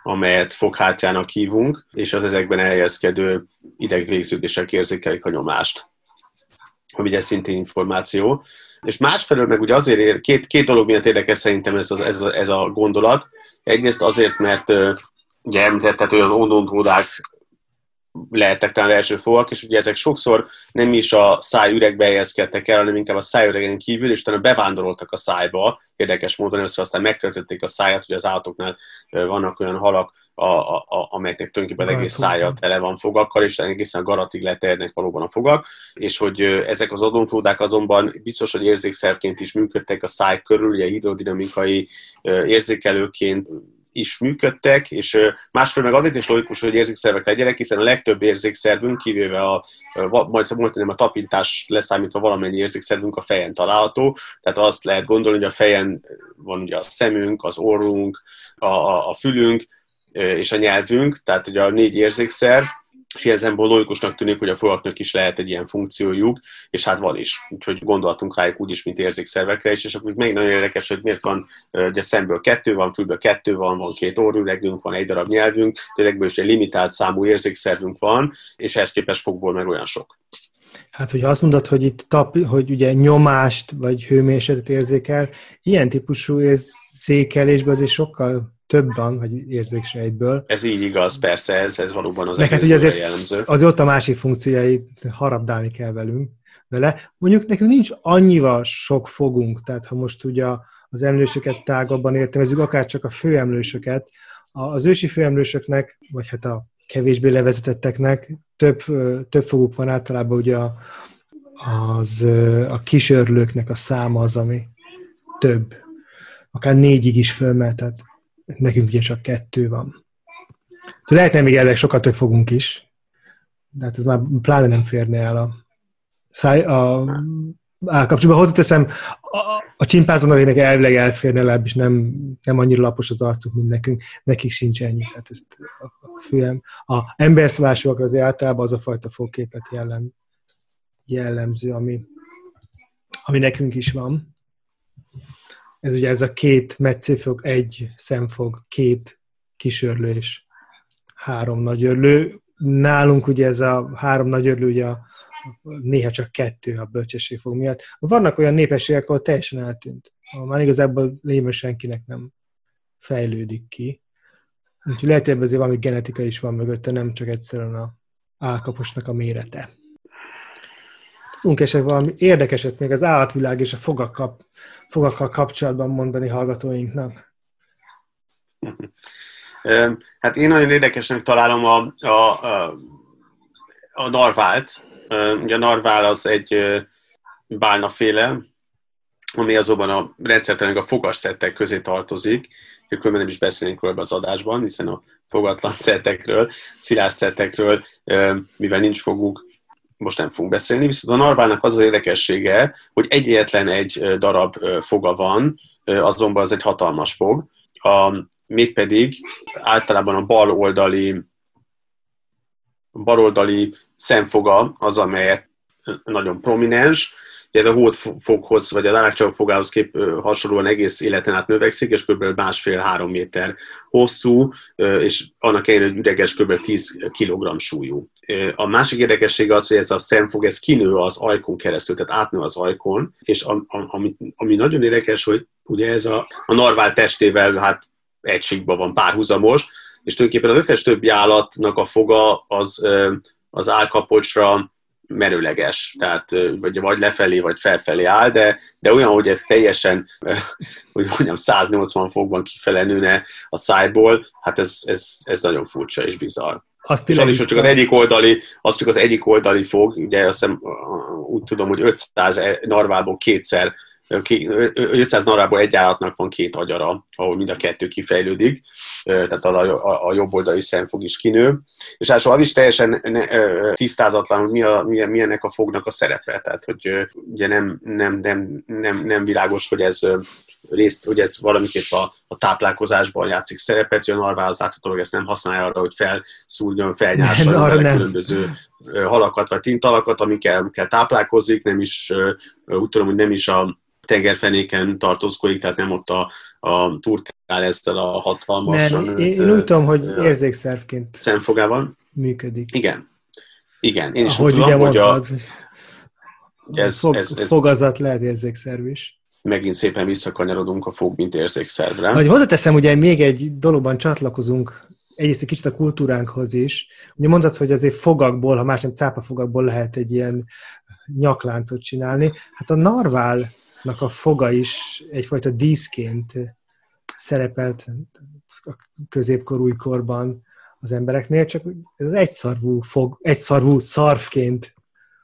amelyet foghártyának hívunk, és az ezekben elhelyezkedő idegvégződések érzékelik a nyomást, ami ugye szintén információ. És másfelől meg ugye azért ér, két, két dolog miatt érdekes szerintem ez, az, ez, a, ez a gondolat. Egyrészt azért, mert ugye említetted, hogy az odontódák lehettek talán első fogak, és ugye ezek sokszor nem is a szájüregbe helyezkedtek el, hanem inkább a szájüregen kívül, és utána bevándoroltak a szájba, érdekes módon, először aztán megtöltötték a száját, ugye az állatoknál vannak olyan halak, a, a, a, amelyeknek tulajdonképpen egész szája tele van fogakkal, és egészen a garatig leterjednek valóban a fogak, és hogy ezek az odontódák azonban biztos, hogy érzékszervként is működtek a száj körül, ugye hidrodinamikai érzékelőként is működtek, és másfél meg azért is logikus, hogy érzékszervek legyenek, hiszen a legtöbb érzékszervünk, kivéve a, majd mondtam, a tapintás leszámítva valamennyi érzékszervünk a fejen található, tehát azt lehet gondolni, hogy a fejen van ugye a szemünk, az orrunk, a, a, a fülünk és a nyelvünk, tehát ugye a négy érzékszerv, és ilyen szempontból logikusnak tűnik, hogy a fogaknak is lehet egy ilyen funkciójuk, és hát van is. Úgyhogy gondoltunk rájuk úgy is, mint érzékszervekre is, és akkor még nagyon érdekes, hogy miért van, ugye szemből kettő van, fülből kettő van, van két orrüregünk, van egy darab nyelvünk, ezekből is egy limitált számú érzékszervünk van, és ehhez képest fogból meg olyan sok. Hát, hogyha azt mondod, hogy itt tap, hogy ugye nyomást vagy hőmérsékletet érzékel, ilyen típusú érzékelésben azért sokkal több van, vagy érzéksejtből. Ez így igaz, persze, ez, ez valóban az egész egész hát jellemző. Azért ott a másik funkciójait harabdálni kell velünk vele. Mondjuk nekünk nincs annyival sok fogunk, tehát ha most ugye az emlősöket tágabban értelmezzük, akár csak a főemlősöket, az ősi főemlősöknek, vagy hát a kevésbé levezetetteknek több, több foguk van általában, ugye az, a kisörlőknek a száma az, ami több. Akár négyig is fölmehet, tehát nekünk ugye csak kettő van. Lehetne még elég sokat több fogunk is, de hát ez már pláne nem férne el a száj, a állkapcsolatban. Hozzáteszem, a, a csimpánzónak elvileg elférne, legalábbis nem, nem annyira lapos az arcuk, mint nekünk, nekik sincs ennyi. Tehát ezt a főem, a emberszabásúak azért általában az a fajta fogképet jellem, jellemző, ami, ami nekünk is van. Ez ugye ez a két metszőfog, egy szemfog, két kisörlő és három nagyörlő. Nálunk ugye ez a három nagyörlő, ugye a, néha csak kettő a bölcsességfog miatt. Vannak olyan népességek, ahol teljesen eltűnt. Már igazából lényegben senkinek nem fejlődik ki. Úgyhogy lehet, hogy azért valami genetika is van mögötte, nem csak egyszerűen a állkaposnak a mérete. Tudunk esetleg valami érdekeset még az állatvilág és a fogakkal, fogakkal kapcsolatban mondani hallgatóinknak? Hát én nagyon érdekesnek találom a, a, a, a narvált. Ugye a narvál az egy bálnaféle, ami azonban a rendszertelen a fogasszettek közé tartozik. Különben nem is beszélnénk róla az adásban, hiszen a fogatlan szettekről, szilárd szettekről, mivel nincs foguk, most nem fogunk beszélni, viszont a narválnak az az érdekessége, hogy egyetlen egy darab foga van, azonban az egy hatalmas fog, a, mégpedig általában a bal oldali, bal oldali szemfoga az, amelyet nagyon prominens, ez a hódfoghoz, vagy a dárákcsavok fogához kép hasonlóan egész életen át növekszik, és kb. másfél-három méter hosszú, és annak ellenére, hogy üreges, kb. tíz kilogramm súlyú. A másik érdekessége az, hogy ez a szemfog, ez kinő az ajkon keresztül, tehát átnő az ajkon, és ami, ami nagyon érdekes, hogy ugye ez a, a narvál testével hát egységben van párhuzamos, és tulajdonképpen az összes többi állatnak a foga az, az állkapocsra merőleges, tehát vagy, vagy lefelé, vagy felfelé áll, de, de olyan, hogy ez teljesen, hogy mondjam, száznyolcvan fokban kifele nőne a szájból, hát ez, ez, ez nagyon furcsa és bizarr. Azt és az is, hogy csak az egyik oldali, az csak az egyik oldali fog, ugye azt hiszem, úgy tudom, hogy ötszáz narválból kétszer, ötszáz narvából egy állatnak van két agyara, ahol mind a kettő kifejlődik, tehát a, a, a jobb oldali szemfog is kinő. És hát az is teljesen tisztázatlan, hogy mi, a, mi, mi ennek a fognak a szerepe. Tehát, hogy ugye nem, nem, nem, nem, nem világos, hogy ez részt, hogy ez valamiképp a, a táplálkozásban játszik szerepet, hogy a narvál az láthatólag ezt nem használja arra, hogy felszúrjon, felnyásson, vele különböző halakat vagy tintalakat, amikkel, amikkel táplálkozik, nem is, úgy tudom, hogy nem is a tengerfenéken tartózkodik, tehát nem ott a, a turkál ezzel a hatalmasan. Nem, én, én úgy tudom, hogy érzékszervként szemfogával működik. Igen. Igen, én is Ahogy úgy tudom, hogy a, ez, fog, ez, ez fogazat lehet érzékszerv is. Megint szépen visszakanyarodunk a fog, mint érzékszervre. Vagy hozzáteszem, ugye még egy dologban csatlakozunk, egyrészt egy kicsit a kultúránkhoz is. Ugye mondtad, hogy azért fogakból, ha más nem cápafogakból lehet egy ilyen nyakláncot csinálni. Hát a narválnak a foga is egyfajta díszként szerepelt a középkorúj korban az embereknél, csak ez az egyszarvú fog, egyszarvú szarvként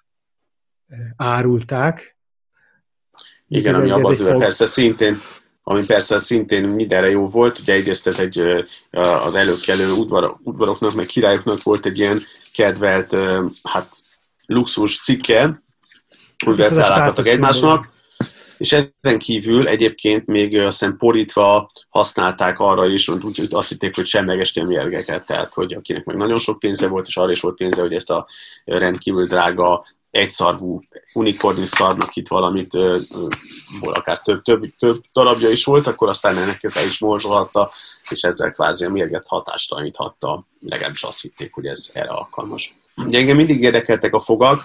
árulták. Igen, ami abban persze szintén, ami persze szintén mindenre jó volt. Ugye egyrészt ez egy az előkelő udvar, udvaroknak, meg királyoknak volt egy ilyen kedvelt hát, luxus cikke, amivel felállapodtak egymásnak, és ezen kívül egyébként még azt hiszem porítva használták arra is, úgyhogy azt hitték, hogy semlegesíti a mérgeket, tehát hogy akinek meg nagyon sok pénze volt, és arra is volt pénze, hogy ezt a rendkívül drága egyszarvú unikornis szarvnak itt valamit, ból akár több, több, több darabja is volt, akkor aztán ennek ezzel is morzsolhatta, és ezzel kvázi a mérget hatástalaníthatta, legalábbis azt hitték, hogy ez erre alkalmas. Ugye engem mindig érdekeltek a fogak,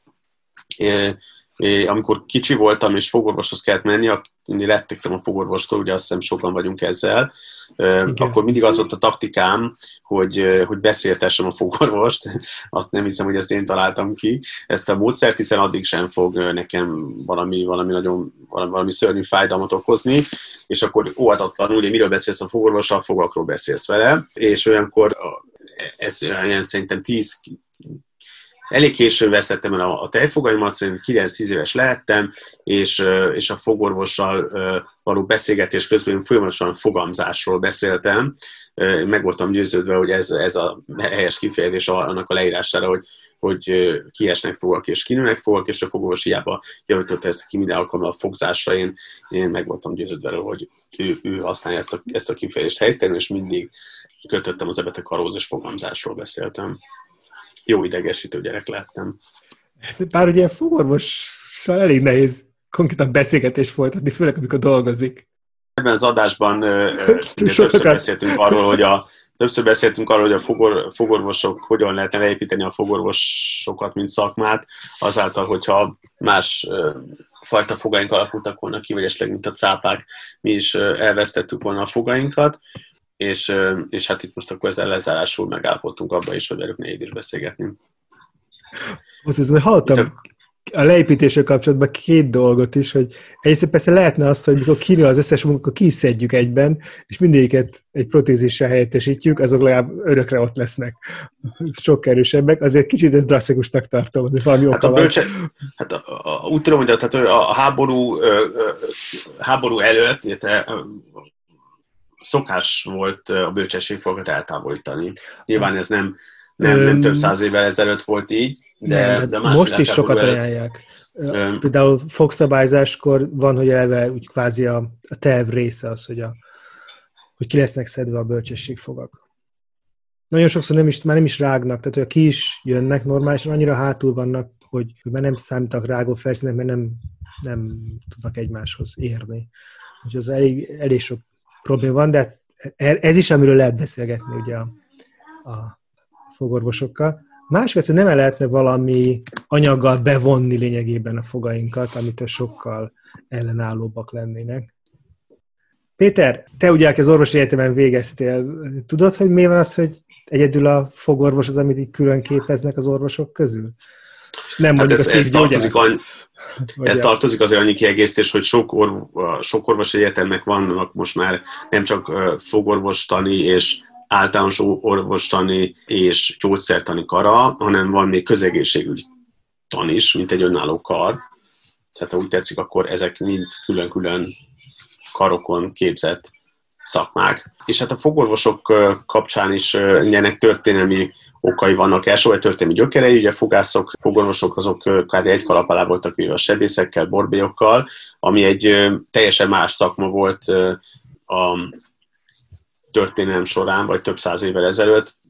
É, amikor kicsi voltam, és fogorvoshoz kellett menni, én lettegtem a fogorvostól, ugye azt hiszem sokan vagyunk ezzel, Igen. Akkor mindig az volt a taktikám, hogy, hogy beszéltessem a fogorvost, azt nem hiszem, hogy ezt én találtam ki, ezt a módszert, hiszen addig sem fog nekem valami, valami nagyon, valami, valami szörnyű fájdalmat okozni, és akkor óhatatlanul, ugye miről beszélsz a fogorvossal, fogakról beszélsz vele, és olyankor ez olyan szerintem tíz elég későn veszettem el a, a tejfogaimat, szerintem kilenc-tíz éves lehettem, és, és a fogorvossal való beszélgetés közben folyamatosan fogamzásról beszéltem. Meg voltam győződve, hogy ez, ez a helyes kifejezés annak a leírására, hogy, hogy kiesnek fogak és kinőnek fogak, és a fogorvos hiába javította ezt ki minden alkalommal a fogzásra. Én, én meg voltam győződve, hogy ő, ő használja ezt a, ezt a kifejezést helytelenül, és mindig kötöttem az ebet a karóz és fogamzásról beszéltem. Jó idegesítő gyerek lettem. Bár ugye fogorvossal elég nehéz konkrétan beszélgetést folytatni, főleg amikor dolgozik. Ebben az adásban többször beszéltünk arról, hogy a, többször beszéltünk arról, hogy a fogor, fogorvosok hogyan lehetne leépíteni a fogorvosokat, mint szakmát, azáltal, hogyha más fajta fogaink alakultak volna ki, vagy esetleg, mint a cápák, mi is elvesztettük volna a fogainkat. És, és hát itt most akkor ezzel lezárásul megállapodtunk abba is, hogy velük nehéz is beszélgetni. Most ezt hallottam a leépítéssel kapcsolatban két dolgot is, hogy egyrészt persze lehetne azt, hogy mikor kinő az összes munkát, akkor kiszedjük egyben, és mindegyiket egy protézissel helyettesítjük, azok legalább örökre ott lesznek. Sok erősebbek. Azért kicsit ez drasztikusnak tartom, azért valami hát a bölcse, hát a, a, úgy tudom, hogy a, tehát a háború, háború előtt, illetve szokás volt a bölcsességfogakat eltávolítani. Nyilván ez nem, nem, nem több száz évvel ezelőtt volt így, de, nem, de most is sokat előtt, ajánlják. Öm, Például fogszabályzáskor van, hogy eleve úgy kvázi a, a terv része az, hogy, a, hogy ki lesznek szedve a bölcsességfogak. Nagyon sokszor nem is, már nem is rágnak, tehát hogy ki is jönnek normálisan, annyira hátul vannak, hogy, hogy már nem számítak rágó felszínek, mert nem, nem tudnak egymáshoz érni. Úgyhogy az elég, elég sok probléma van, de ez is, amiről lehet beszélgetni ugye a, a fogorvosokkal. Másrészt, hogy nem lehetne valami anyaggal bevonni lényegében a fogainkat, amitől sokkal ellenállóbbak lennének. Péter, te ugye, aki az orvosi egyetemen végeztél, tudod, hogy mi van az, hogy egyedül a fogorvos az, amit így külön képeznek az orvosok közül? És nem hát ez, a ez, tartozik, any, ez tartozik azért annyi kiegészítés, hogy sok, orv, sok orvosi egyetemnek vannak most már nem csak fogorvostani és általános orvostani és gyógyszertani kara, hanem van még közegészségügyi tan is, mint egy önálló kar. Tehát ha úgy tetszik, akkor ezek mind külön-külön karokon képzett szakmák. És hát a fogorvosok kapcsán is ennek történelmi okai vannak. Első történelmi gyökerei, ugye fogászok, fogorvosok azok kvázi egy kalap alá voltak véve a sebészekkel, borbélyokkal, ami egy teljesen más szakma volt a történelem során, vagy több száz évvel ezelőtt.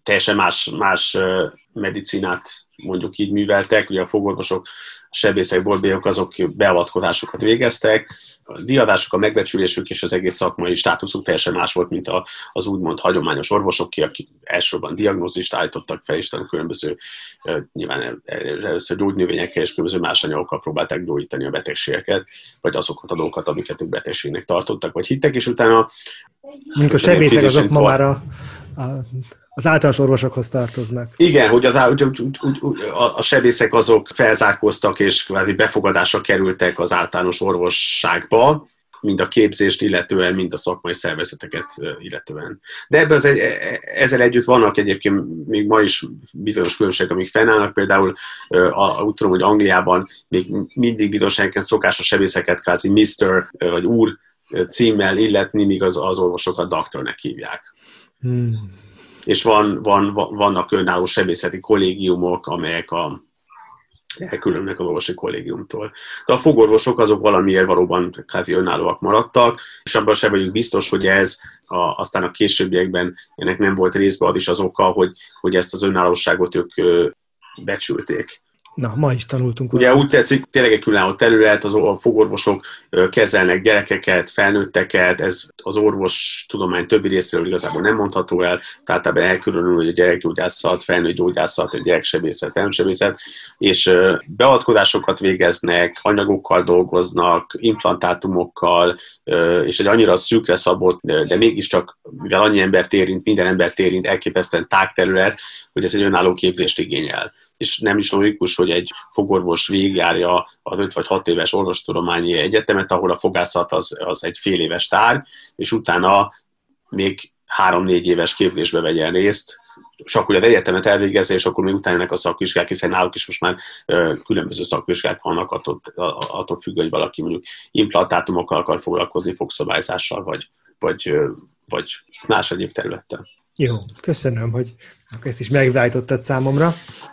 teljesen más, más medicinát mondjuk így műveltek, ugye a fogorvosok, a sebészek, boltbélyok azok beavatkozásokat végeztek, a diadások, a megbecsülésük és az egész szakmai státuszuk teljesen más volt, mint az úgymond hagyományos orvosoké, akik elsősorban diagnózist állítottak fel, és különböző, nyilván először gyógynövényekkel és különböző más anyagokkal próbálták gyógyítani a betegségeket, vagy azokat a dolgokat, amiket ők betegségnek tartottak, vagy hittek, és utána... Mint a sebészek azok ma már a, a, az általános orvosokhoz tartoznak. Igen, hogy a, a, a sebészek azok felzárkóztak, és befogadásra kerültek az általános orvosságba, mind a képzést illetően, mind a szakmai szervezeteket illetően. De ebben az egy, ezzel együtt vannak egyébként még ma is bizonyos különbségek, amik fennállnak. Például a, úgy tudom, hogy Angliában még mindig bizonyos helyeken szokás a sebészeket kázi miszter vagy úr címmel illetni, míg az, az orvosokat doktornek hívják. Hmm. És van, van, vannak önálló sebészeti kollégiumok, amelyek a elkülönnek az orvosi kollégiumtól. De a fogorvosok azok valamiért valóban kázi önállóak maradtak, és abban sem vagyunk biztos, hogy ez a, aztán a későbbiekben ennek nem volt részben az is az oka, hogy, hogy ezt az önállóságot ők ö, becsülték. Na, ma is tanultunk. Ugye úgy tetszik, tényleg egy különálló terület, az, a fogorvosok kezelnek gyerekeket, felnőtteket, ez az orvos tudomány többi részéről igazából nem mondható el, tehát ebben elkülönül, hogy a gyerekgyógyászat, felnőtt gyógyászat, a gyereksebészet, felnőttsebészet, és beavatkozásokat végeznek, anyagokkal dolgoznak, implantátumokkal, és egy annyira szűkre szabott, de mégiscsak, mivel annyi embert érint, minden embert érint, elképesztően tág terület, hogy ez egy önálló képzést igényel. És nem is logikus, hogy egy fogorvos végigjárja az öt vagy hat éves orvostudományi egyetemet, ahol a fogászat az, az egy fél éves tárgy, és utána még három-négy éves képzésbe vegyen részt, csak hogy az egyetemet elvégezze, és akkor még utána ennek a szakvizsgák, hiszen náluk is most már ö, különböző szakvizsgák vannak, attól, attól függ, hogy valaki mondjuk implantátumokkal akar foglalkozni, fogszabályzással, vagy, vagy, ö, vagy más egyéb területtel. Jó, köszönöm, hogy ezt is megvilágítottad számomra.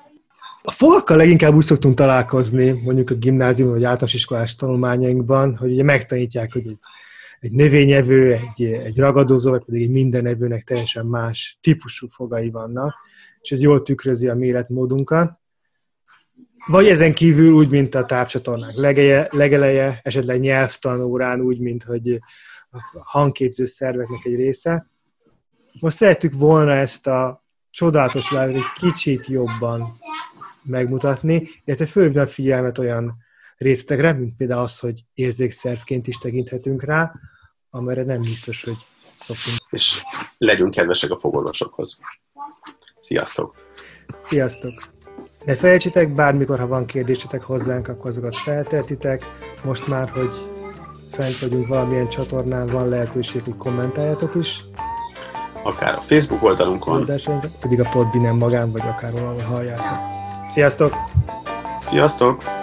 A fogakkal leginkább úgy szoktunk találkozni, mondjuk a gimnázium vagy általános iskolás tanulmányainkban, hogy ugye megtanítják, hogy egy, egy növényevő, egy, egy ragadozó, vagy pedig egy mindennevőnek teljesen más típusú fogai vannak, és ez jól tükrözi a mi életmódunkat. Vagy ezen kívül úgy, mint a tápcsatornák legeje, legeleje, esetleg nyelvtanórán úgy, mint hogy a hangképző szerveknek egy része. Most szerettük volna ezt a csodálatos világot egy kicsit jobban megmutatni, illetve fölhívni a figyelmet olyan részletekre, mint például az, hogy érzékszervként is tekinthetünk rá, amelyre nem biztos, hogy szoktunk. És legyünk kedvesek a fogorvosokhoz. Sziasztok! Sziasztok! Ne felejtsétek, bármikor, ha van kérdésetek hozzánk, akkor azokat feltehetitek. Most már, hogy fent vagyunk valamilyen csatornán, van lehetőség, hogy kommentáljatok is. Akár a Facebook oldalunkon. Pedig a Podbeanen magán, vagy akár valahol halljátok. Sziasztok! Sziasztok!